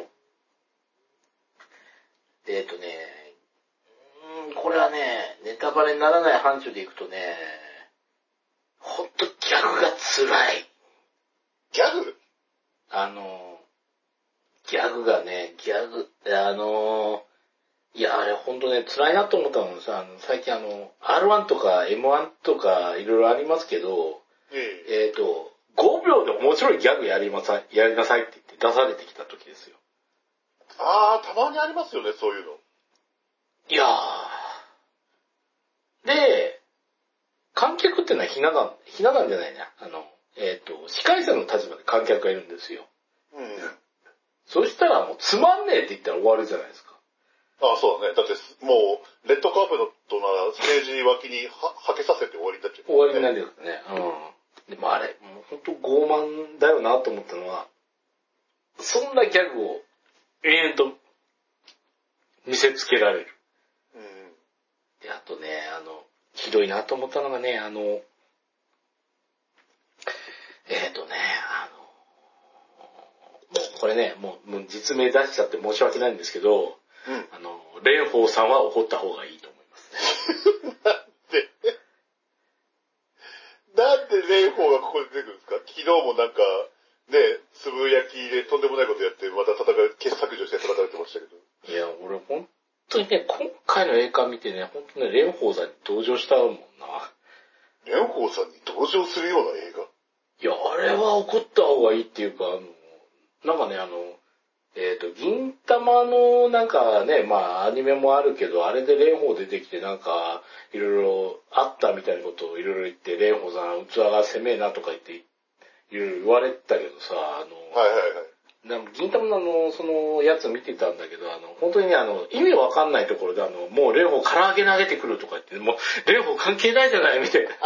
えっ、ー、とね、うん、これはね、ネタバレにならない範疇でいくとね、ほんとギャグが辛い。 ギャグ？ あの、ギャグがね、ギャグ、あの、いや、あれほんとね、辛いなと思ったのさ、あの最近あの、アールワン とか エムワン とかいろいろありますけど、えっ、ー、と、ごびょうで面白いギャグやりまさ、やりなさいって言って出されてきた時ですよ。 あー、たまにありますよね、そういうの。 いやー。で、観客ってのはひな壇、ひな壇じゃないな。あの、えっ、ー、と、司会者の立場で観客がいるんですよ。うん。そしたらもうつまんねえって言ったら終わるじゃないですか。 ああ、そうだね。だって、もう、レッドカーペットならステージ脇には、はけさせて終わりになっちゃう、ね。 終わりになるよね。うん。でもあれ、もうほんと傲慢だよなと思ったのは、そんなギャグを延々と見せつけられる。うん。で、あとね、あの、ひどいなと思ったのがね、あの、えっ、ー、とね、あの、もうこれね、もう、もう実名出しちゃって申し訳ないんですけど、うん、あの、蓮舫さんは怒った方がいいと思いますね。 なんでなんで蓮舫がここで出てくるんですか？昨日もなんか、ね、つぶやきでとんでもないことやって、また戦う、傑削除して叩かれてましたけど。 いや、俺本当にね、今回の映画見てね、本当ね、蓮舫さんに同情したもんな。 蓮舫さんに同情するような映画？ いや、あれは怒った方がいいっていうか、あの、なんかね、あの、えっ、ー、と、銀玉のなんかね、まあアニメもあるけど、あれで蓮舫出てきてなんか、いろいろあったみたいなことをいろいろ言って、蓮舫さん器が狭めえなとか言って、いろいろ言われてたけどさ、あの、 はいはいはい。 なんか銀玉のあの、そのやつ見てたんだけど、あの、本当にね、あの、意味わかんないところで、あの、もう蓮舫唐揚げ投げてくるとか言って、もう蓮舫関係ないじゃないみたいな。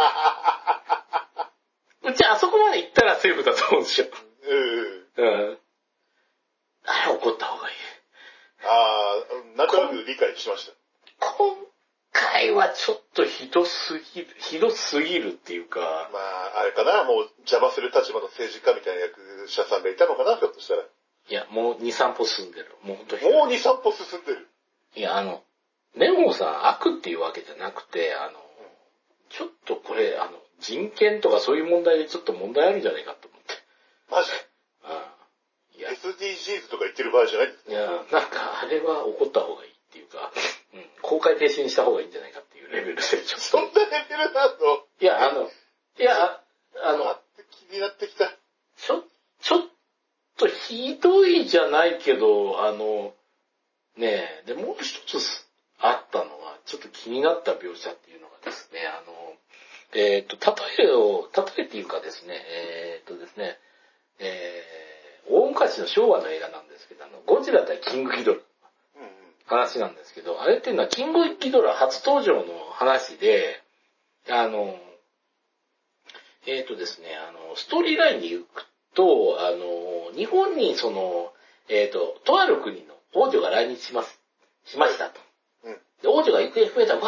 うちあそこまで行ったらセーフだと思うんですよ。うん。うん。あれ怒った方がいい。 ああ、なんとなく理解しました。 今回はちょっとひどすぎる、ひどすぎるっていうか。 まあ、あれかな、もう邪魔する立場の政治家みたいな役者さんがいたのかな、ひょっとしたら。 いや、もうに、さん歩進んでる。もう本当に。 もうに、さん歩進んでる。 いや、あの、蓮舫さん悪っていうわけじゃなくて、あの、ちょっとこれ、あの、人権とかそういう問題でちょっと問題あるんじゃないかと思って。 マジ？ うん。いや。 エスディージーズ とか言ってる場合じゃないんですか？いや、なんかあれは怒った方がいいっていうか、うん、公開停止にした方がいいんじゃないかっていうレベルでちょっと。 そんなレベルなの？ いや、あの、いや、あの、 気になってきた。 ちょ、ちょっとひどいじゃないけど、あの、ねえ、で、もう一つあったのは、ちょっと気になった描写っていうのがですね、あの、えっ、ー、と、例えを、例えっていうかですね、えっ、ー、とですね、えー、大昔の昭和の映画なんですけど、あの、ゴジラ対キングギドラの話なんですけど、あれっていうのはキングギドラ初登場の話で、あの、えっ、ー、とですね、あの、ストーリーラインに行くと、あの、日本にその、えっ、ー、と、とある国の王女が来日します、しましたと。うん、で王女が行方不明だ、わーっ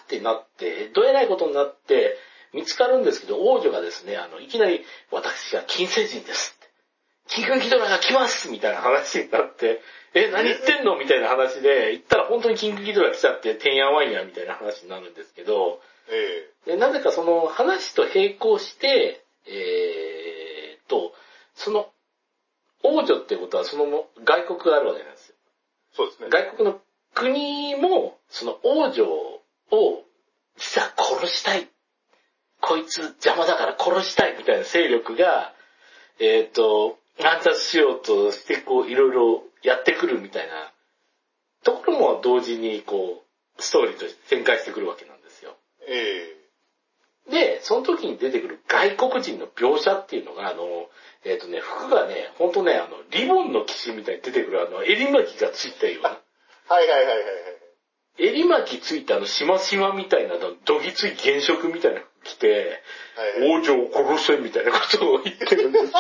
ってなって、どえらいことになって、見つかるんですけど、王女がですね、あの、いきなり、私が金星人ですって。金軍ギドラが来ますみたいな話になって、え、何言ってんのみたいな話で、言ったら本当に金軍ギドラ来ちゃって、てんやわんやみたいな話になるんですけど、 ええ、 でなぜかその話と並行して、えーと、その、王女ってことはその外国があるわけなんですよ。 そうですね。 外国の国も、その王女を、実は殺したい。こいつ邪魔だから殺したいみたいな勢力が、えっと、暗殺しようとして、こう、いろいろやってくるみたいなところも同時に、こう、ストーリーとして展開してくるわけなんですよ。 ええで、その時に出てくる外国人の描写っていうのが、あの、えっとね、服がね、ほんとね、あの、リボンの騎士みたいに出てくる、あの、襟巻きがついたような。 はいはいはいはいはい。 襟巻きついたあの、しましまみたいな、どぎつい原色みたいな服着て、はいはい、王女を殺せみたいなことを言ってるんですよ。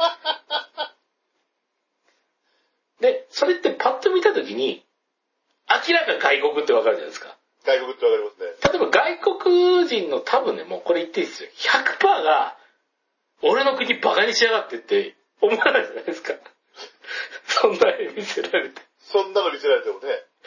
で、それってパッと見たときに、明らか外国ってわかるじゃないですか。 外国ってわかりますね。 例えば外国人の多分ね、もうこれ言っていいですよ。ひゃくパーセント が、俺の国バカにしやがってって思わないじゃないですか。そんな絵見せられて。 そんなの見せられてもね。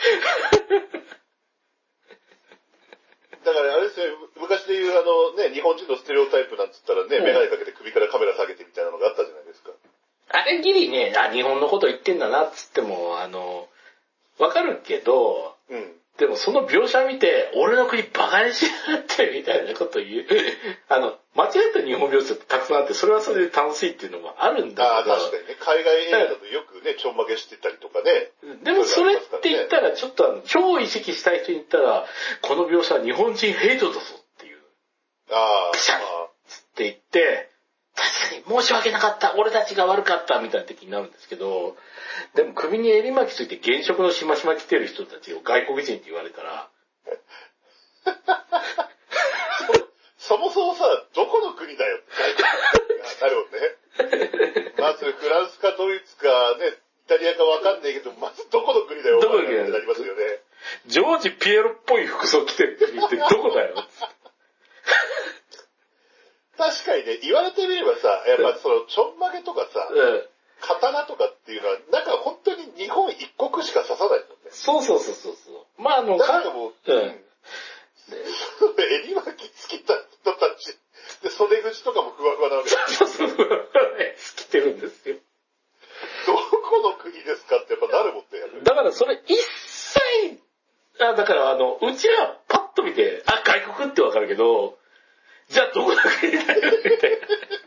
だからあれですね、昔で言うあのね、日本人のステレオタイプなんつったらね、メガネかけて首からカメラ下げてみたいなのがあったじゃないですか。 あれギリね、あ、日本のこと言ってんだなっつっても、あの、わかるけど、うん。でもその描写見て、俺の国バカにしやがってみたいなこと言う。あの、間違った日本描写ってたくさんあって、それはそれで楽しいっていうのもあるんだけど。 ああ、確かにね。海外映画だとよくね、ちょんまげしてたりとかね。 でもそれって言ったら、ちょっとあの、超意識したい人に言ったら、この描写は日本人ヘイトだぞっていう。 ああ。 ピシャッって言って、確かに申し訳なかった、俺たちが悪かったみたいな時になるんですけど、でも首に襟巻きついて原色のしましま着てる人たちを外国人って言われたらそ, そもそもさ、どこの国だよってなるもんね。まずフランスかドイツかね、イタリアかわかんないけど、まずどこの国だよ、 どこの国だよってなりますよね。 ジョージ・ピエロっぽい服装着てる国ってどこだよ確かにね、言われてみればさ、やっぱそのちょんまげとかさ、うん、刀とかっていうのは、なんか本当に日本一国しか刺さないもんね。 そうそうそうそう。まああの、 なんかもう、うん。襟巻きつけた人たち、で、袖口とかもふわふわなわけですよ。そうそう、ふわふわね、着てるんですよ。 どこの国ですかってやっぱなるもんね。 だからそれ一切、あ、だからあの、うちらパッと見て、あ、外国ってわかるけど、じゃあどこの国だよみたいな。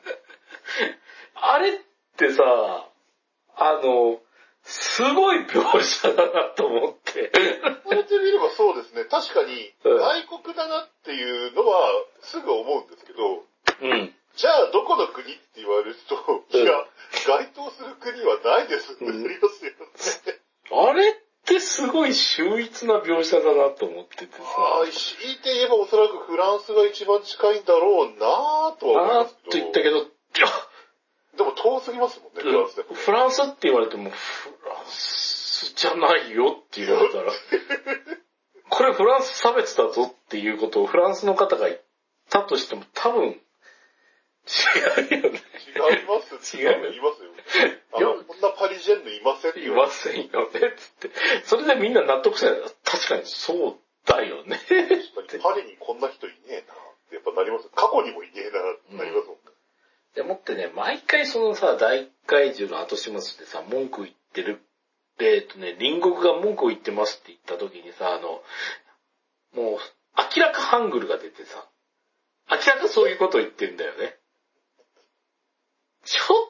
あれってさ、あの、すごい描写だなと思って。 言われてみればそうですね。確かに、外国だなっていうのはすぐ思うんですけど、うん、じゃあどこの国って言われると、うん、いや、該当する国はないですってなりますよね。 うん、あれってすごい秀逸な描写だなと思っててさ。 ああ、強いて言えばおそらくフランスが一番近いんだろうなぁとは思いますけど。 なぁと言ったけど、 でも遠すぎますもんね、フランスで。 フランスって言われても、フランスじゃないよって言われたら、これフランス差別だぞっていうことをフランスの方が言ったとしても多分、違うよね。 違います違いますよ。あの、こんなパリジェンヌいませんよ。いませんよね、つって。それでみんな納得してない。確かにそうだよね。 確かにパリにこんな人いねえなってやっぱなります。過去にもいねえなってなりますもんね。うんでもってね、毎回そのさ、大怪獣の後始末でさ、文句言ってる。えっとね、隣国が文句を言ってますって言った時にさ、あの、もう、明らかハングルが出てさ、明らかそういうことを言ってんだよね。ちょ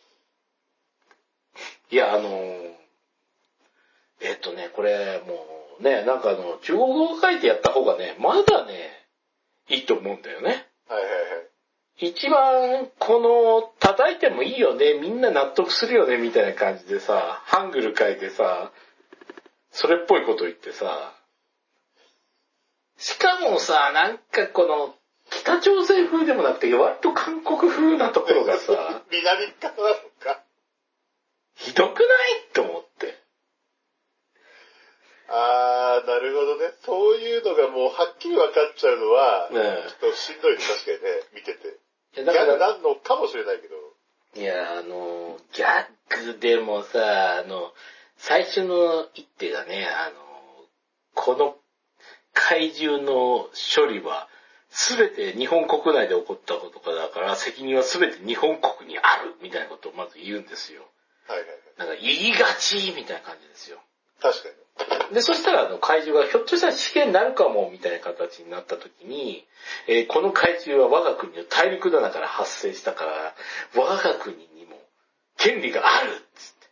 いや、あの、えっとね、これ、もうね、なんかあの、中国語を書いてやった方がね、まだね、いいと思うんだよね。 はいはいはい。 一番、この、叩いてもいいよね、みんな納得するよね、みたいな感じでさ、ハングル書いてさ、それっぽいこと言ってさ、しかもさ、なんかこの、北朝鮮風でもなくて、割と韓国風なところがさ、 南方なのか。 ひどくないと思って。 ああー、なるほどね。そういうのがもうはっきり分かっちゃうのは、ね、ちょっとしんどいね、確かにね、見てて。ギャグなんのかもしれないけど。 いや、あの、ギャグでもさ、あの、最初の一手がね、あの、この怪獣の処理は、すべて日本国内で起こったことかだから、責任はすべて日本国にあるみたいなことをまず言うんですよ。 はいはいはい。 なんか言いがちみたいな感じですよ。 確かに。で、そしたらあの怪獣がひょっとしたら死刑になるかもみたいな形になった時に、えー、この怪獣は我が国の大陸棚から発生したから、我が国にも権利があるっつって。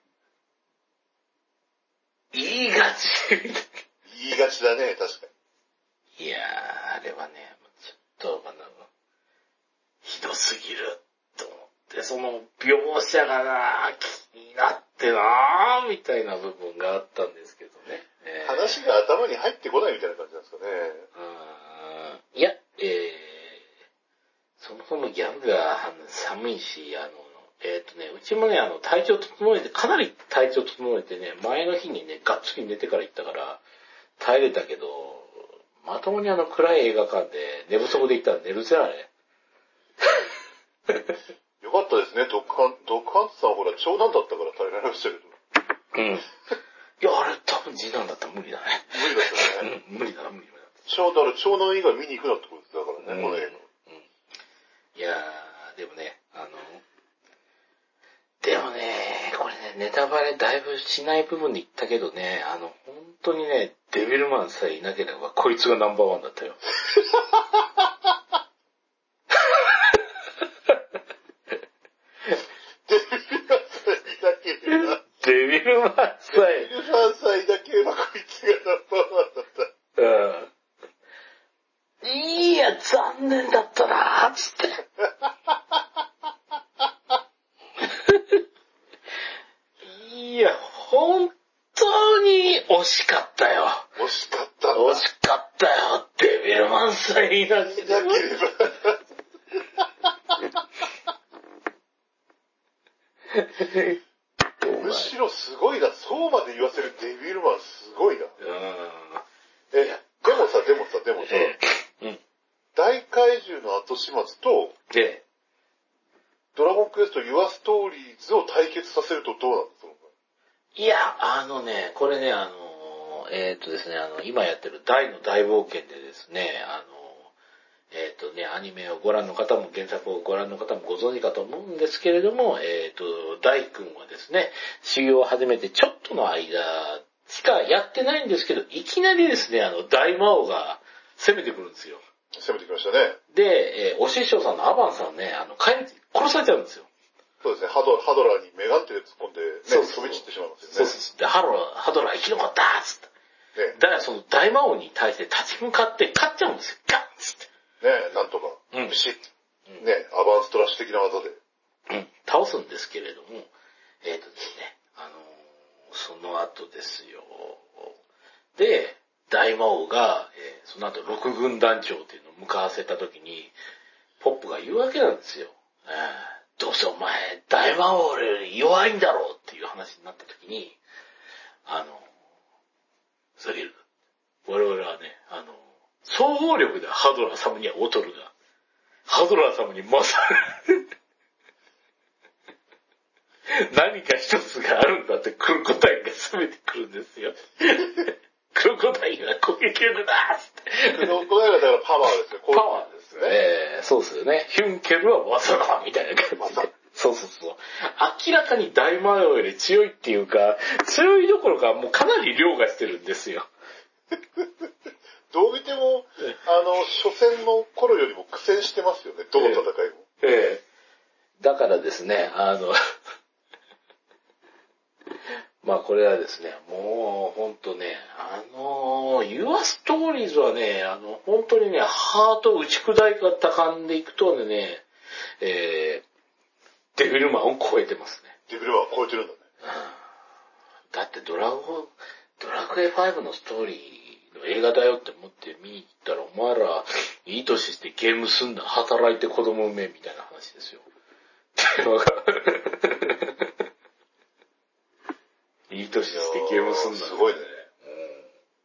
言いがちみたいな。 言いがちだね、確かに。いやー、あれはね、ちょっと、あの、ひどすぎると思って、その描写がな、気になってな、みたいな部分があったんですけどね。 えー、話が頭に入ってこないみたいな感じなんですかね。 あいや、えー、そもそもギャグが寒いし、あの、えっ、ー、とね、うちもね、あの、体調整えて、かなり体調整えてね、前の日にね、がっつり寝てから行ったから、耐えれたけど、まともにあの、暗い映画館で寝不足で行ったら寝るぜ、あれ。 よかったですね、ドッグハン、ドッグハントさんほら、長男だったから耐えられましたけど。 うん。いや、あれ多分次男だったら無理だね。 無理だったね。 うん、無理だな、無理だ。 長男、長男以外見に行くなってことだからね、この映画。うん。 いやー、でもね、あの、でもね、これね、ネタバレだいぶしない部分で言ったけどね、あの、本当にね、デビルマンさえいなければ、こいつがナンバーワンだったよ。デビルマンさえ。 デビルマンさえいなければこいつがナンバーワンだった。 うん。いや、残念だったなーつって。いや、本当に惜しかったよ。 惜しかったんだ。 惜しかったよ。デビルマンさえいなければ。 むしろすごいな。そうまで言わせるデビルマンすごいな。え、でもさ、でもさ、でもさ、えーうん、大怪獣の後始末と、えー、ドラゴンクエストユアストーリーズを対決させるとどうなの？ いや、あのね、これね、あの、えー、っとですね、あの、今やってる大の大冒険でですね、あの、えっ、ー、とね、アニメをご覧の方も、原作をご覧の方もご存知かと思うんですけれども、えっ、ー、と、大君はですね、修行を始めてちょっとの間しかやってないんですけど、いきなりですね、あの、大魔王が攻めてくるんですよ。 攻めてきましたね。 で、えー、お師匠さんのアバンさんね、あの、帰り、殺されちゃうんですよ。 そうですね、ハドハドラーにメガンテで突っ込んで、ね、そうそう飛び散ってしまいますよね。 そうそうそう。で、ハドラー、ハドラー生き残ったーっつって。ね、だからその大魔王に対して立ち向かって勝っちゃうんですよ。ガッつって。 ねえ、なんとか、うん、ビシッ、うん、ね、アバンストラッシュ的な技で。 うん、倒すんですけれども、えっ、ー、とですね、あのー、その後ですよ。で、大魔王が、えー、その後六軍団長っていうのを向かわせた時に、ポップが言うわけなんですよ。えー、どうせお前、大魔王より弱いんだろうっていう話になった時に、あの、ザギル、我々はね、あの、総合力でハドラー様には劣るが、ハドラー様に勝る。何か一つがあるんだってクロコダインが攻めてくるんですよ。クロコダインは攻撃力だーって。 クロコダインはだからパワーですよ。 パワーですね。えー、そうですよね。ヒュンケルは技だみたいな感じで。そうそうそう。明らかに大魔王より強いっていうか、強いどころかもうかなり凌駕してるんですよ。 どう見ても、あの、初戦の頃よりも苦戦してますよね。どの戦いも。 えーえー、だからですね、あの、まあこれはですね、もうほんとね、あの、ユアストーリーズはね、あの、本当にね、ハート打ち砕いた感でいくとね、えー、デビルマンを超えてますね。 デビルマンを超えてるんだね。 うん、だってドラゴン、ドラクエファイブのストーリーの映画だよって思って見に行ったら、お前らいい年してゲームすんだ、働いて子供産めみたいな話ですよ。いい年してゲームすんだ、ね。 すごいね。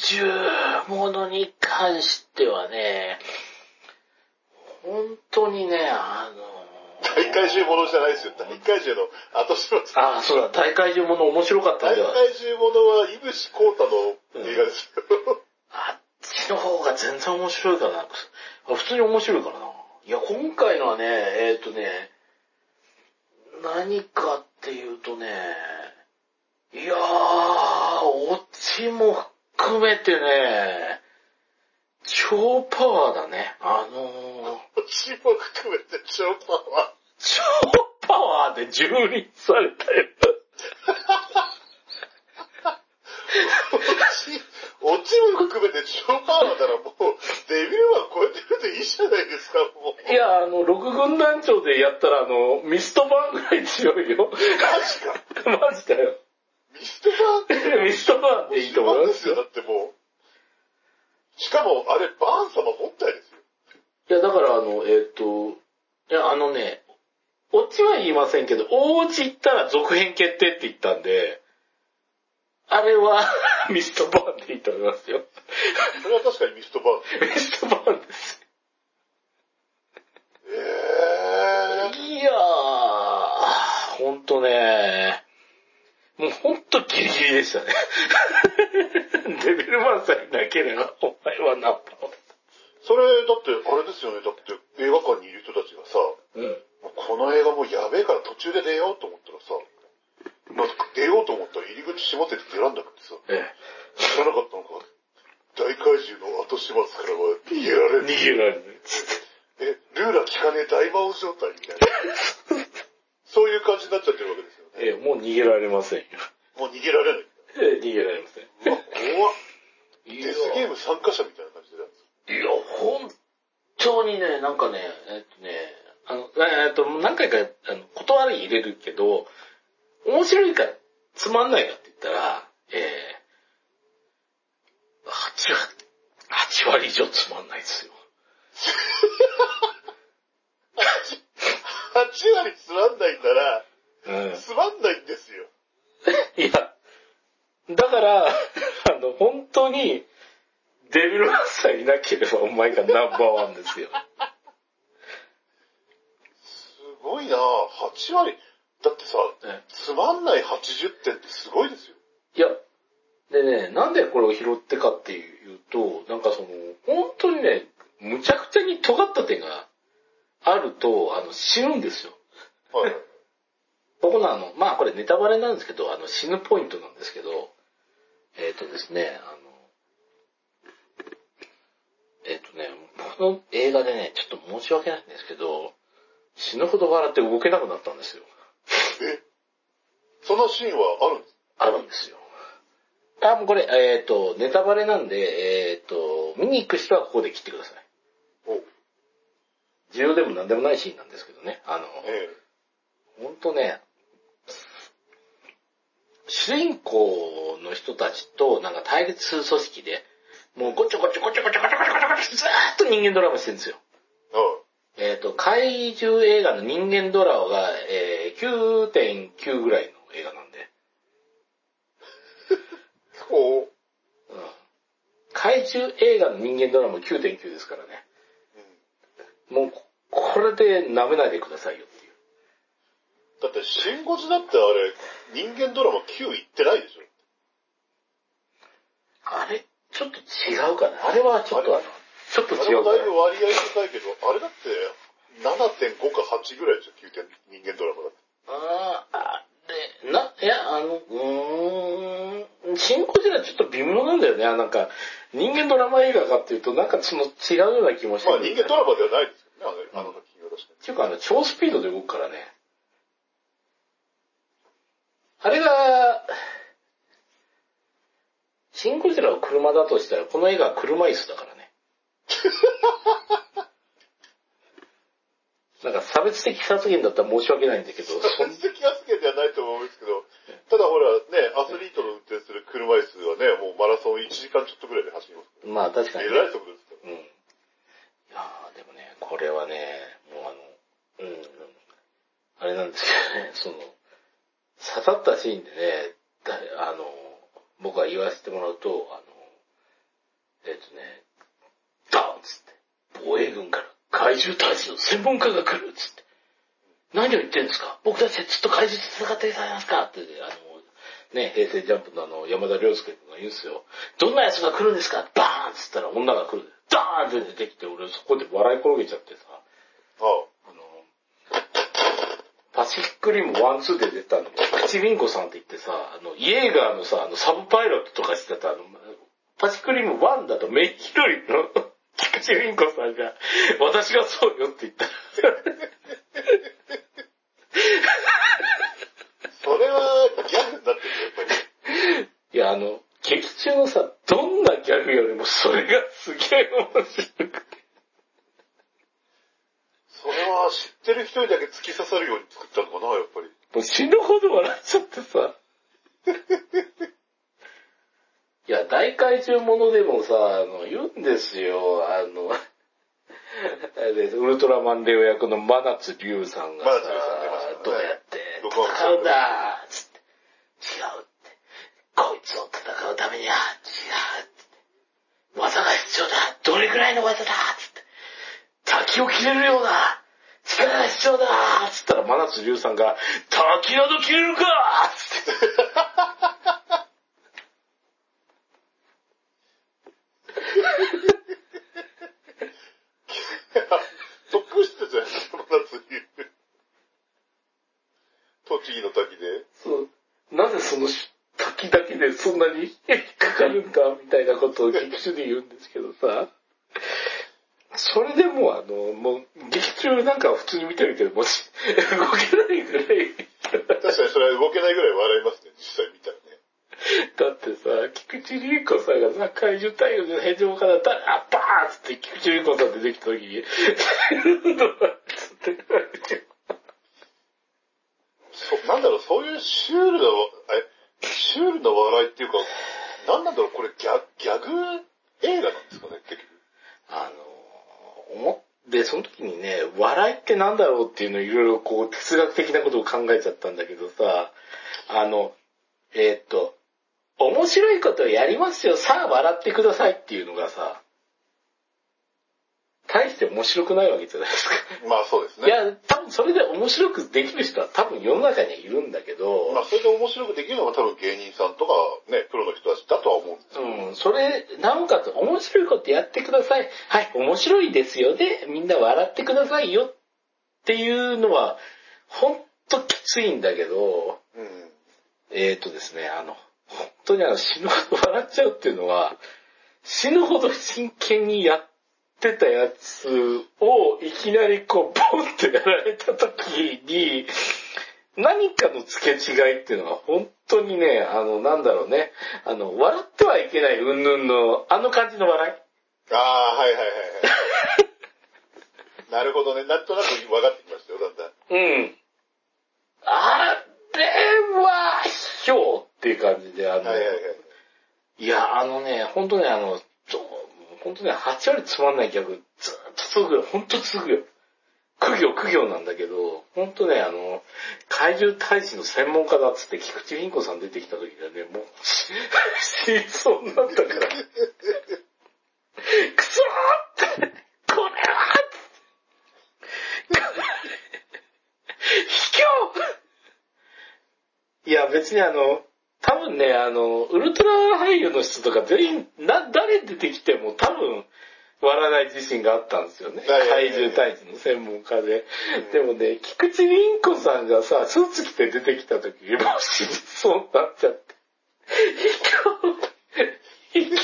獣ものに関してはね、本当にね、あの大怪獣ものじゃないですよ。大怪獣の後始末。 ああ、そうだ、大怪獣もの面白かったんだよ。 大怪獣ものは、井伏浩太の映画ですよ。うん、 あっちの方が全然面白いかな。普通に面白いからな。いや、今回のはね、えーっとね、何かっていうとね、いやー、オチも含めてね、超パワーだね。あのー、 オチも含めて超パワー。 超パワーで蹂躙されたよ。 オチも含めて超パワーならもう、デビルマン超えてるでいいじゃないですか、もう。 いや、あの、六軍団長でやったら、あの、ミストバーンぐらい強いよ。 マジか。 マジだよ。 ミストバーンミストバーンでいいと思いますよ。だってもう。しかも、あれ、バーン様本体ですよ。 いや、だからあの、えっと、いや、あのね、オチは言いませんけど、大オチ言ったら続編決定って言ったんで、あれはミストバーンでいいと思いますよ。 それは確かにミストバーン。 ミストバーンです。 えー、 いやー、ほんとね、もうほんとギリギリでしたね。デビルマンさえいなければ、お前はナンパを。 それ、だって、あれですよね。だって映画館にいる人たちがさ、 うん、 この映画もうやべえから途中で出ようと思ったらさ、まあ、出ようと思ったら入り口閉まってて出らんなくてさ、 ええ、 知らなかったのか。大怪獣の後始末からは逃げられる。 逃げられる。 え、ルーラ聞かねえ大魔王状態みたいな。そういう感じになっちゃってるわけですよね。 ええ、もう逃げられませんよ。 もう逃げられない。 ええ、逃げられません。 うわ、怖っ。デスゲーム参加者みたいな感じでなんですか。 いや、本当にね、なんかね、えっとね、あの、えっと、何回か、あの、断り入れるけど、面白いか、つまんないかって言ったら、えー、はち割、はち割以上つまんないですよ。 はち割つまんないんなら、 うん、 つまんないんですよ。 いや、だから、あの、本当に、デビルマンさえいなければお前がナンバーワンですよ。 すごいなぁ。はち割。だってさ、ね、つまんないはちじゅってんってすごいですよ。 いや、でね、なんでこれを拾ってかっていうと、なんかその、本当にね、むちゃくちゃに尖った点があると、あの、死ぬんですよ。 はい。 ここのあの、まあこれネタバレなんですけど、あの、死ぬポイントなんですけど、えっとですね、あの、えっとね、この映画でね、ちょっと申し訳ないんですけど、死ぬほど笑って動けなくなったんですよ。 え？そのシーンはあるんですか？ あるんですよ。あ、もうこれ、えっと、ネタバレなんで、えっと、見に行く人はここで切ってください。 お。 重要でもなんでもないシーンなんですけどね。あの、 ええ、ほんとね、主人公の人たちとなんか対立する組織で、もうごちょごちょごちょごちょごちょごちょごちょごちょずーっと人間ドラマしてるんですよ。 はい。 えっと、怪獣映画の人間ドラマが、えー、きゅうてんきゅう ぐらいの映画なんで。 そう。 うん。怪獣映画の人間ドラマ きゅうてんきゅう ですからね。うん、もう、これで舐めないでくださいよっていう。 だって、シンゴジだってあれ、人間ドラマきゅういってないでしょ？ あれ、ちょっと違うかな。あれはちょっとあの、ちょっと違うかな。 あれはだいぶ割合高いけど、あれだって ななてんご かはちぐらいでしょ、きゅうてん人間ドラマだって。 ああ、あれ、な、いや、あの、うーん、シン・ゴジラちょっと微妙なんだよね。なんか、人間ドラマ映画かっていうと、なんかその違うような気もしてまあ人間ドラマではないですけどね、あの作品は確かに。 っていうか、あの、超スピードで動くからね。あれが、シン・ゴジラを車だとしたら、この映画は車椅子だからね。なんか差別的発言だったら申し訳ないんだけど。 差別的発言ではないと思うんですけど、ただほらね、アスリートの運転する車椅子はね、もうマラソンいちじかんちょっとぐらいで走ります。 まあ確かに、ね。 えらい速度ですから。 うん。いやーでもね、これはね、もうあの、うん、あれなんですけどね、その、刺さったシーンでね、あの、僕は言わせてもらうと、あの、 軍から怪獣退治の専門家が来るっつって。何を言ってるんですか？僕たちずっと怪獣と戦っていかれますかって、あの、ね、平成ジャンプのあの、山田涼介君が言うんですよ。どんな奴が来るんですか？バーンっつったら女が来る。ダーンって出てきて、俺そこで笑い転げちゃってさ。 ああ。 あの、パシフィックリムワンツーで出たの、菊池凛子さんって言ってさ、あの、イエーガーのさ、あの、サブパイロットとかしてたあの、パシフィックリムワンだとメインヒロインの菊池凛子さんが、私がそうよって言った。 それはギャグになってるよ、やっぱり。 いや、あの、劇中のさ、どんなギャグよりもそれがすげえ面白くて。 それは知ってる人にだけ突き刺さるように作ったのかな、やっぱり。 もう死ぬほど笑っちゃってさ。いや、大怪獣ものでもさ、あの、言うんですよ、あの、ウルトラマンレオ役の真夏龍さんがさ、どうやって戦うんだつって、違うって、こいつを戦うためには違うって、技が必要だ、どれくらいの技だつって、滝を切れるような力が必要だつったら真夏龍さんが、滝など切れるかつって。 得してじゃん、真夏龍。栃木の滝で。 そう。なぜその滝だけでそんなに引っかかるんだみたいなことを劇中で言うんですけどさ。それでもあの、もう、劇中なんか普通に見てるけど、もし、動けないぐらい。 確かにそれは動けないぐらい笑いますね、実際見たらね。 だってさ、菊池凛子さんがさ、怪獣太陽の平常からダーバーンつって菊池凛子さん出てきた時に、 そなんだろう、そういうシュールな、え、シュールな笑いっていうか、なんなんだろう、これギャギャグ映画なんですかね、結局。 あの、思って、その時にね、笑いってなんだろうっていうのをいろいろこう哲学的なことを考えちゃったんだけどさ、あの、えー、っと、面白いことをやりますよ、さあ笑ってくださいっていうのがさ、大して面白くないわけじゃないですか。 まあそうですね。 いや、多分それで面白くできる人は多分世の中にはいるんだけど、 まあそれで面白くできるのが多分芸人さんとかね、プロの人たちだとは思うんですよ。 うん、それ、なおかつ面白いことやってください。はい、面白いですよね。みんな笑ってくださいよっていうのは、ほんときついんだけど、 うん、 えっとですね、あの、本当にあの死ぬほど笑っちゃうっていうのは、死ぬほど真剣にやってたやつをいきなりこうボンってやられた時に、何かの付け違いっていうのは本当にね、あの、なんだろうね、あの、笑ってはいけない云々の、あの感じの笑い。 ああ、はいはいはいはい。なるほどね、なんとなく分かってきましたよ、だんだん。 うん。あれは、ひょうっていう感じで、あの、 はいはいはい。 いや、あのね、本当ね、あの、本当ね、はち割つまんないギャグ、ずっと続くよ。本当続くよ。苦行、苦行なんだけど、本当ね、あの、怪獣退治の専門家だっつって菊池凛子さん出てきた時にはね、もう、死にそうになったから。くそーって、これは卑怯いや、別にあの、多分ね、あの、ウルトラ俳優の人とか全員、な、誰出てきても多分、笑わない自信があったんですよね。怪獣退治の専門家で。うん、でもね、菊池凛子さんがさ、スーツ着て出てきた時にもう死にそうになっちゃって。卑怯卑怯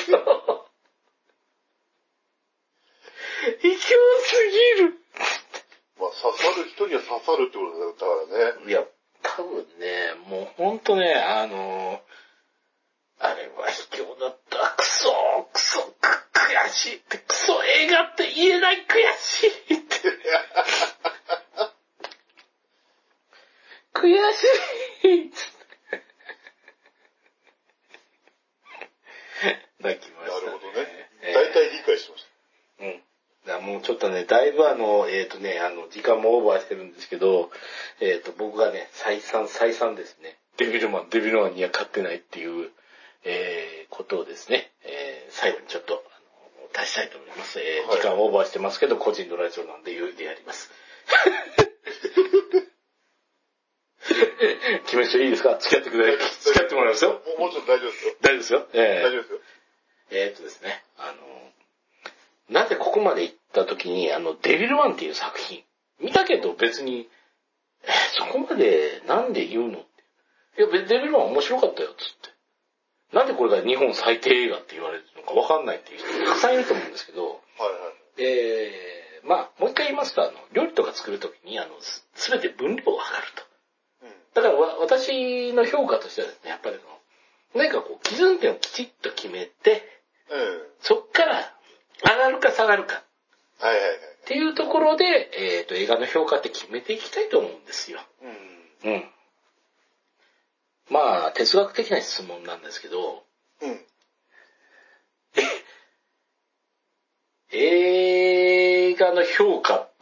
卑怯すぎるまあ刺さる人には刺さるってことだからね。 いや、多分ね、もうほんとね、あの、あれは卑怯だった。クソクソく悔しいって、クソ映画って言えない悔しいって。悔しい泣きました、ね。 なるほどね。大体理解しました。 うん。だもうちょっとね、だいぶあの、えっとね、あの、時間もオーバーしてるんですけど、えっと、僕がね、再三再三ですね、デビルマン、デビルマンには勝ってないっていう、えー、ことをですね、えー、最後にちょっと、あの、足したいと思います。 。えーはい、時間オーバーしてますけど、個人のラジオなんで余裕でやります。決めましょう。いいですか？付き合ってください。付き合ってもらいますよ。 もうちょっと大丈夫ですよ。 大丈夫ですよ。えー、 大丈夫ですよ。 えー、っとですね、あの、なぜここまで行った時に、あの、デビルマンっていう作品、見たけど別に、えー、そこまでなんで言うのって。いや、デビルマン面白かったよ、つって。なんでこれが日本最低映画って言われるのかわかんないっていう人たくさんいると思うんですけど、 はいはい。 えー、まあ、もう一回言いますと、あの、料理とか作るときに、あの、すべて分量を測ると。うん、だからわ、私の評価としてはですね、やっぱりの、何かこう、基準点をきちっと決めて、うん、そっから上がるか下がるか。 はいはいはい。 っていうところで、えっと、映画の評価って決めていきたいと思うんですよ。うん。うん。まあ、哲学的な質問なんですけど、うん。映画の評価って、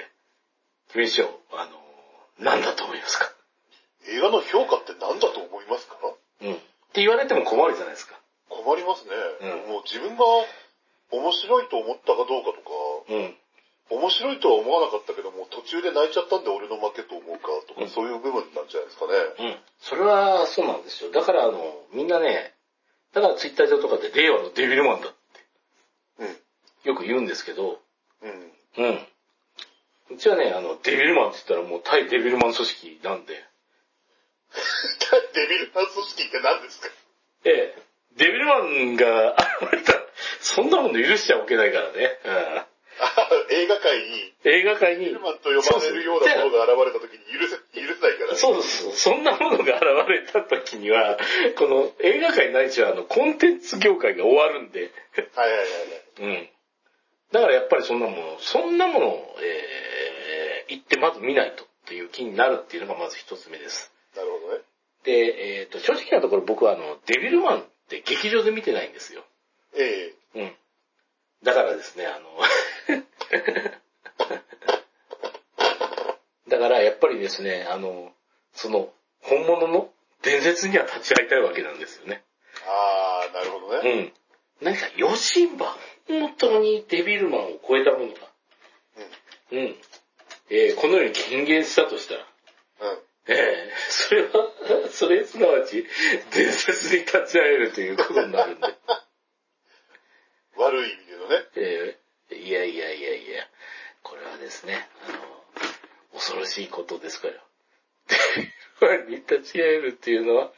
決めましょう。あの、何だと思いますか？ 映画の評価って何だと思いますか？ うん。って言われても困るじゃないですか。 困りますね。うん、もう自分が面白いと思ったかどうかとか、うん。面白いとは思わなかったけども、途中で泣いちゃったんで俺の負けと思うかとか、うん、そういう部分なんじゃないですかね。 うん。それはそうなんですよ。だからあの、みんなね、だからツイッター上とかで令和のデビルマンだって。うん。よく言うんですけど、うん。うん。うちはね、あの、デビルマンって言ったらもう対デビルマン組織なんで。 対デビルマン組織って何ですか？ ええ。デビルマンが現れたら、そんなもの許しちゃおけないからね。うん。 映画界に、 映画界に、 デビルマンと呼ばれるようなものが現れた時に許せ、許せないからね。 そうそう。そんなものが現れた時には、この映画界ないしはあの、コンテンツ業界が終わるんで。 はいはいはいはい。うん。 だからやっぱりそんなもの、そんなものを、えー、言ってまず見ないとっていう気になるっていうのがまず一つ目です。 なるほどね。 で、えっと、正直なところ僕はあの、デビルマンって劇場で見てないんですよ。 ええ。 うん。だからですね、あの、だからやっぱりですね、あの、その、本物の伝説には立ち会いたいわけなんですよね。 あー、なるほどね。 うん。何か、ヨシンバ、本当にデビルマンを超えたものが、うん。うん。えー、このように金言したとしたら、うん。ええー、それは、それすなわち、伝説に立ち会えるということになるんで。 悪い意味でのね。 ええー、いやいやいやいや、これはですね、あの、恐ろしいことですから。デビルマンに立ち会えるっていうのは、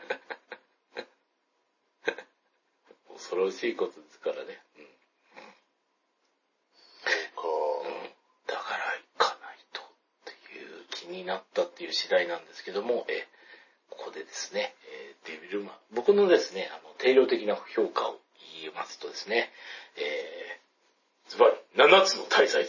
恐ろしいことですからね。うん、 そうか、うん。 だから行かないとっていう気になったっていう次第なんですけども、えここでですね、えデビルマン、僕のですね、あの定量的な評価を言いますとですね、えー、ズバリななつの大罪です。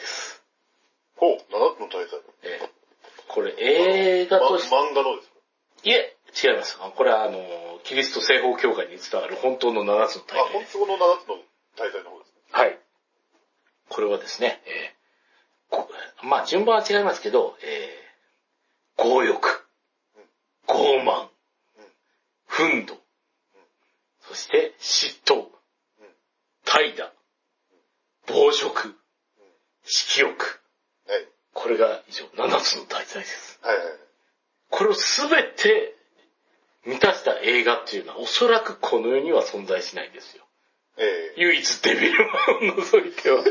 ほう、ななつの大罪。 えー、これ映画として、 ま、漫画のですか？ いえ、違います。これはあの、キリスト西方教会に伝わる本当のななつの大罪です。 あ、本当のななつの大罪の方ですね。 はい。これはですね、えー、まあ順番は違いますけど、えー、強欲、うん、傲慢、うん、憤怒、うん、そして嫉妬、うん、怠惰、暴食、うん、色欲、はい、これが以上ななつの大罪です。はいはいはい、これをすべて満たした映画っていうのはおそらくこの世には存在しないんですよ。ええ、唯一デビルマンを除いては。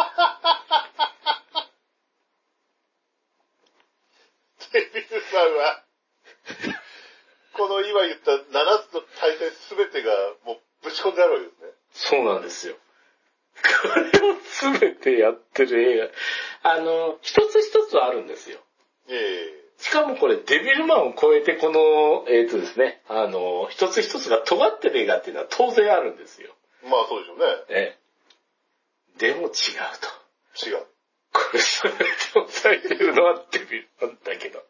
デビルマンは、この今言ったななつの大罪すべてがもうぶち込んであるわけですね。 そうなんですよ。これをすべてやってる映画。あの、一つ一つはあるんですよ。ええ。しかもこれデビルマンを超えてこの、えっとですね、あの、一つ一つが尖ってる映画っていうのは当然あるんですよ。 まあそうでしょうね。 ええ。でも違うと。 違う。 これすべて抑えてるのはデビルマンだけど。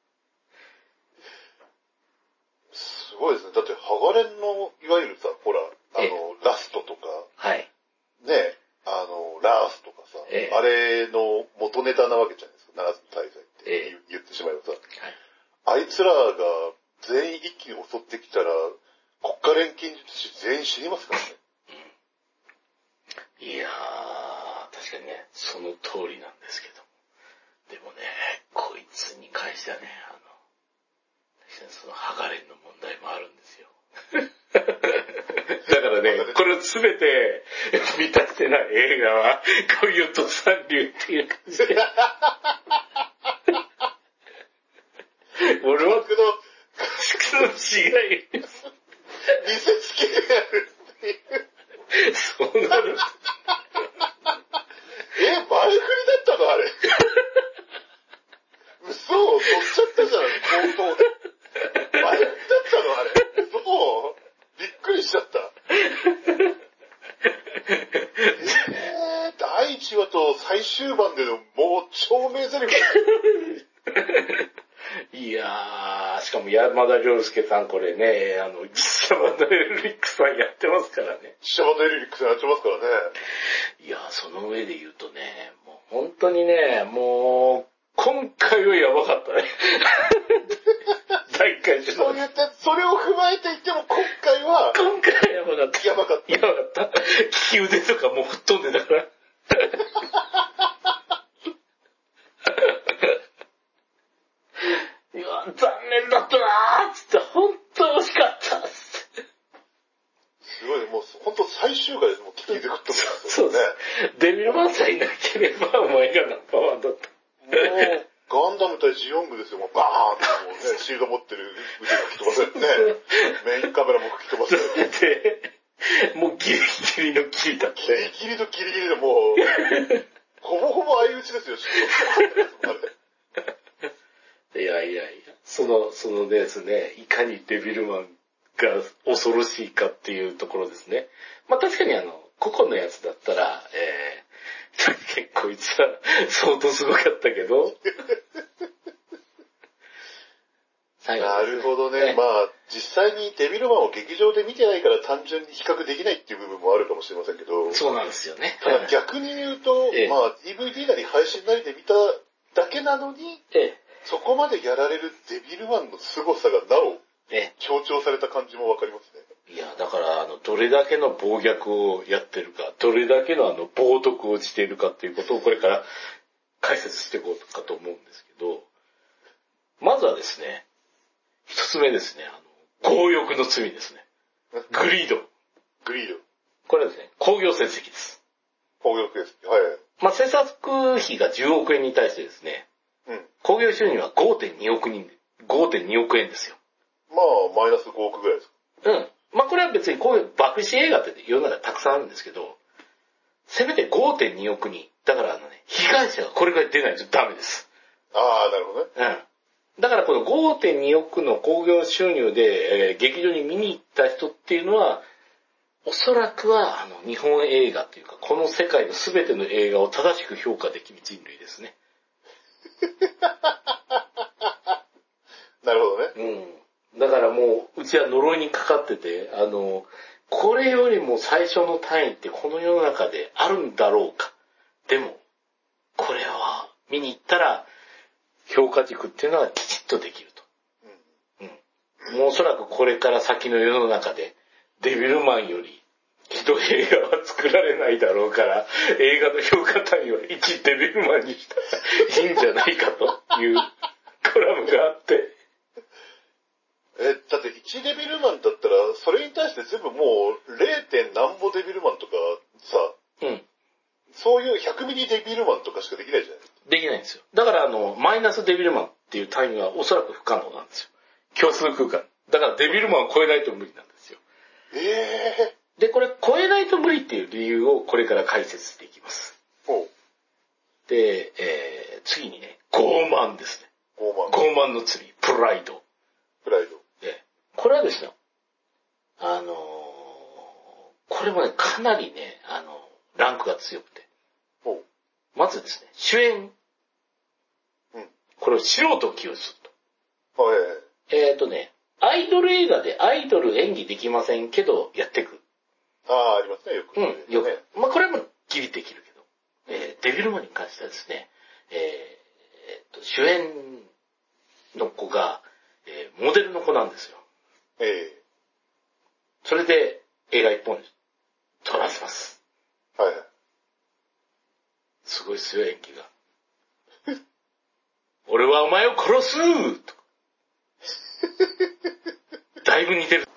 すごいですね。だって、ハガレンの、いわゆるさ、ほら、あの、ラストとか、はい。ね、あの、ラースとかさ、ええ、あれの元ネタなわけじゃないですか、ななつの大罪って、ええ、言ってしまえばさ、はい。あいつらが全員一気に襲ってきたら、国家錬金術師全員死にますからね。 うん、いやその通りなんですけど。でもね、こいつに関してはね、あの、そのハガレンの問題もあるんですよ。だからね、これをすべて満たしてない映画は、恋よと三流っていう感じで。俺は、その違いです。 見せつけてやるっていう。 そうなる。 え、前振りだったのあれ。嘘乗っちゃったじゃん、冒頭で。前振りだったのあれ。嘘びっくりしちゃった。えー、だいいちわと最終盤でのもう超名台詞。 いやー、しかも山田涼介さんこれね、あの、実写版のエルリックさんやってますからね。 実写版のエルリックさんやってますからね。 いやー、その上で言うとね、もう本当にね、もう、今回はやばかったね。第一回でそう言って、それを踏まえていっても今回は、 今回はやばかった。 やばかった。 やばかった。利き腕とかもう吹っ飛んでたから。いや、残念だったなーつって、本当惜しかったっつって。 すごい、もう本当最終回でもう聞きでくってますよね。そうです。デビルマンさえいなければお前がナンバーワンだった。 もう、ガンダム対ジオングですよ、もうバーンってもうね、シールド持ってる腕吹き飛ばされてね、メインカメラも吹き飛ばされて。 もうギリギリのギリだって。 ギリギリのギリギリでもう、ほぼほぼ相打ちですよ、 いやいやいや、その、そのですね、いかにデビルマンが恐ろしいかっていうところですね。まあ確かにあの、個々のやつだったら、えー、結構こいつは相当すごかったけど、 なるほどね。まあ、実際にデビルマンを劇場で見てないから単純に比較できないっていう部分もあるかもしれませんけど。 そうなんですよね。 ただ逆に言うと、ええ、まあ ディーブイディー なり配信なりで見ただけなのに、ええ、そこまでやられるデビルマンの凄さがなお強調された感じもわかりますね。 いや、だからあの、どれだけの暴虐をやってるか、どれだけのあの、冒涜をしているかっていうことをこれから解説していこうかと思うんですけど、まずはですね、一つ目ですね、あの、強欲の罪ですね。グリード。 グリード。 これはですね、興行成績です。 興行成績。はい。 まあ、制作費がじゅうおくえんに対してですね、うん。興行収入は ごてんにおくにん、ごてんにおくえんですよ。 まあ、マイナスごおくぐらいですか。 うん。まあ、これは別にこういう爆死映画って世の中たくさんあるんですけど、せめて ごてんにおくにん。だからあのね、被害者がこれぐらい出ないとダメです。 ああ、なるほどね。 うん。だからこの ごてんにおくの興行収入で、えー、劇場に見に行った人っていうのは、おそらくはあの日本映画というか、この世界の全ての映画を正しく評価できる人類ですね。 なるほどね。 うん。だからもう、うちは呪いにかかってて、あの、これよりも最初の単位ってこの世の中であるんだろうか。でも、これは見に行ったら、評価軸っていうのはきちっとできると。うん。もうおそらくこれから先の世の中で、デビルマンよりひどい映画は作られないだろうから、映画の評価単位はいちデビルマンにしたらいいんじゃないかというコラムがあって。 え、だっていちデビルマンだったら、それに対して全部もう れい. 点何ぼデビルマンとかさ、うん。そういうひゃくミリデビルマンとかしかできないじゃないできないんですよ。だからあの、マイナスデビルマンっていう単位はおそらく不可能なんですよ。共通空間。だからデビルマンを超えないと無理なんですよ。 ええー。で、これ超えないと無理っていう理由をこれから解説していきます。ほう。で、えー、次にね、傲慢ですね。 傲慢。 傲慢の罪。プライド。 プライド。 えー、これはですね、あのー、これもね、かなりね、あの、ランクが強くて。ほう。まずですね、主演。うん。これを素人を起用すると。はい。えっとね、アイドル映画でアイドル演技できませんけど、やっていく。 ああ、ありますね、よく。 うん、よく。まあ、これはもうギリできるけど。えー、デビルマンに関してはですね、えーえー、と主演の子が、えー、モデルの子なんですよ。ええー。それで映画一本撮らせます。はい。すごいごいっすよ、演技が。俺はお前を殺すとだいぶ似てる。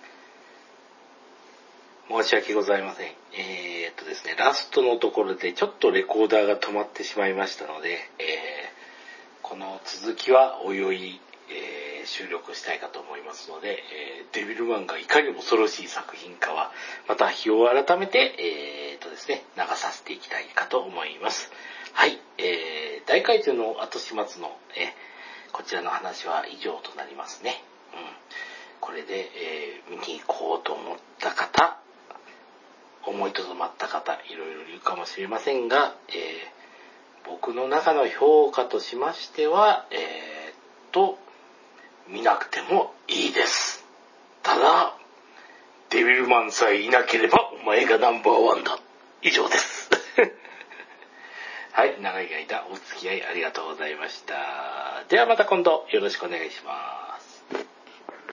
申し訳ございません。えー、っとですね、ラストのところでちょっとレコーダーが止まってしまいましたので、えー、この続きはおいおい、えー、収録したいかと思いますので、えー、デビルマンがいかに恐ろしい作品かは、また日を改めて、えー、っとですね、流させていきたいかと思います。はい、えー、大怪獣の後始末の、えー、こちらの話は以上となりますね。うん、これで、えー、見に行こうと思った方、思いとどまった方、いろいろいるかもしれませんが、えー、僕の中の評価としましては、えー、っと、見なくてもいいです。ただ、デビルマンさえいなければお前がナンバーワンだ。以上です。はい、長い間お付き合いありがとうございました。ではまた今度よろしくお願いします。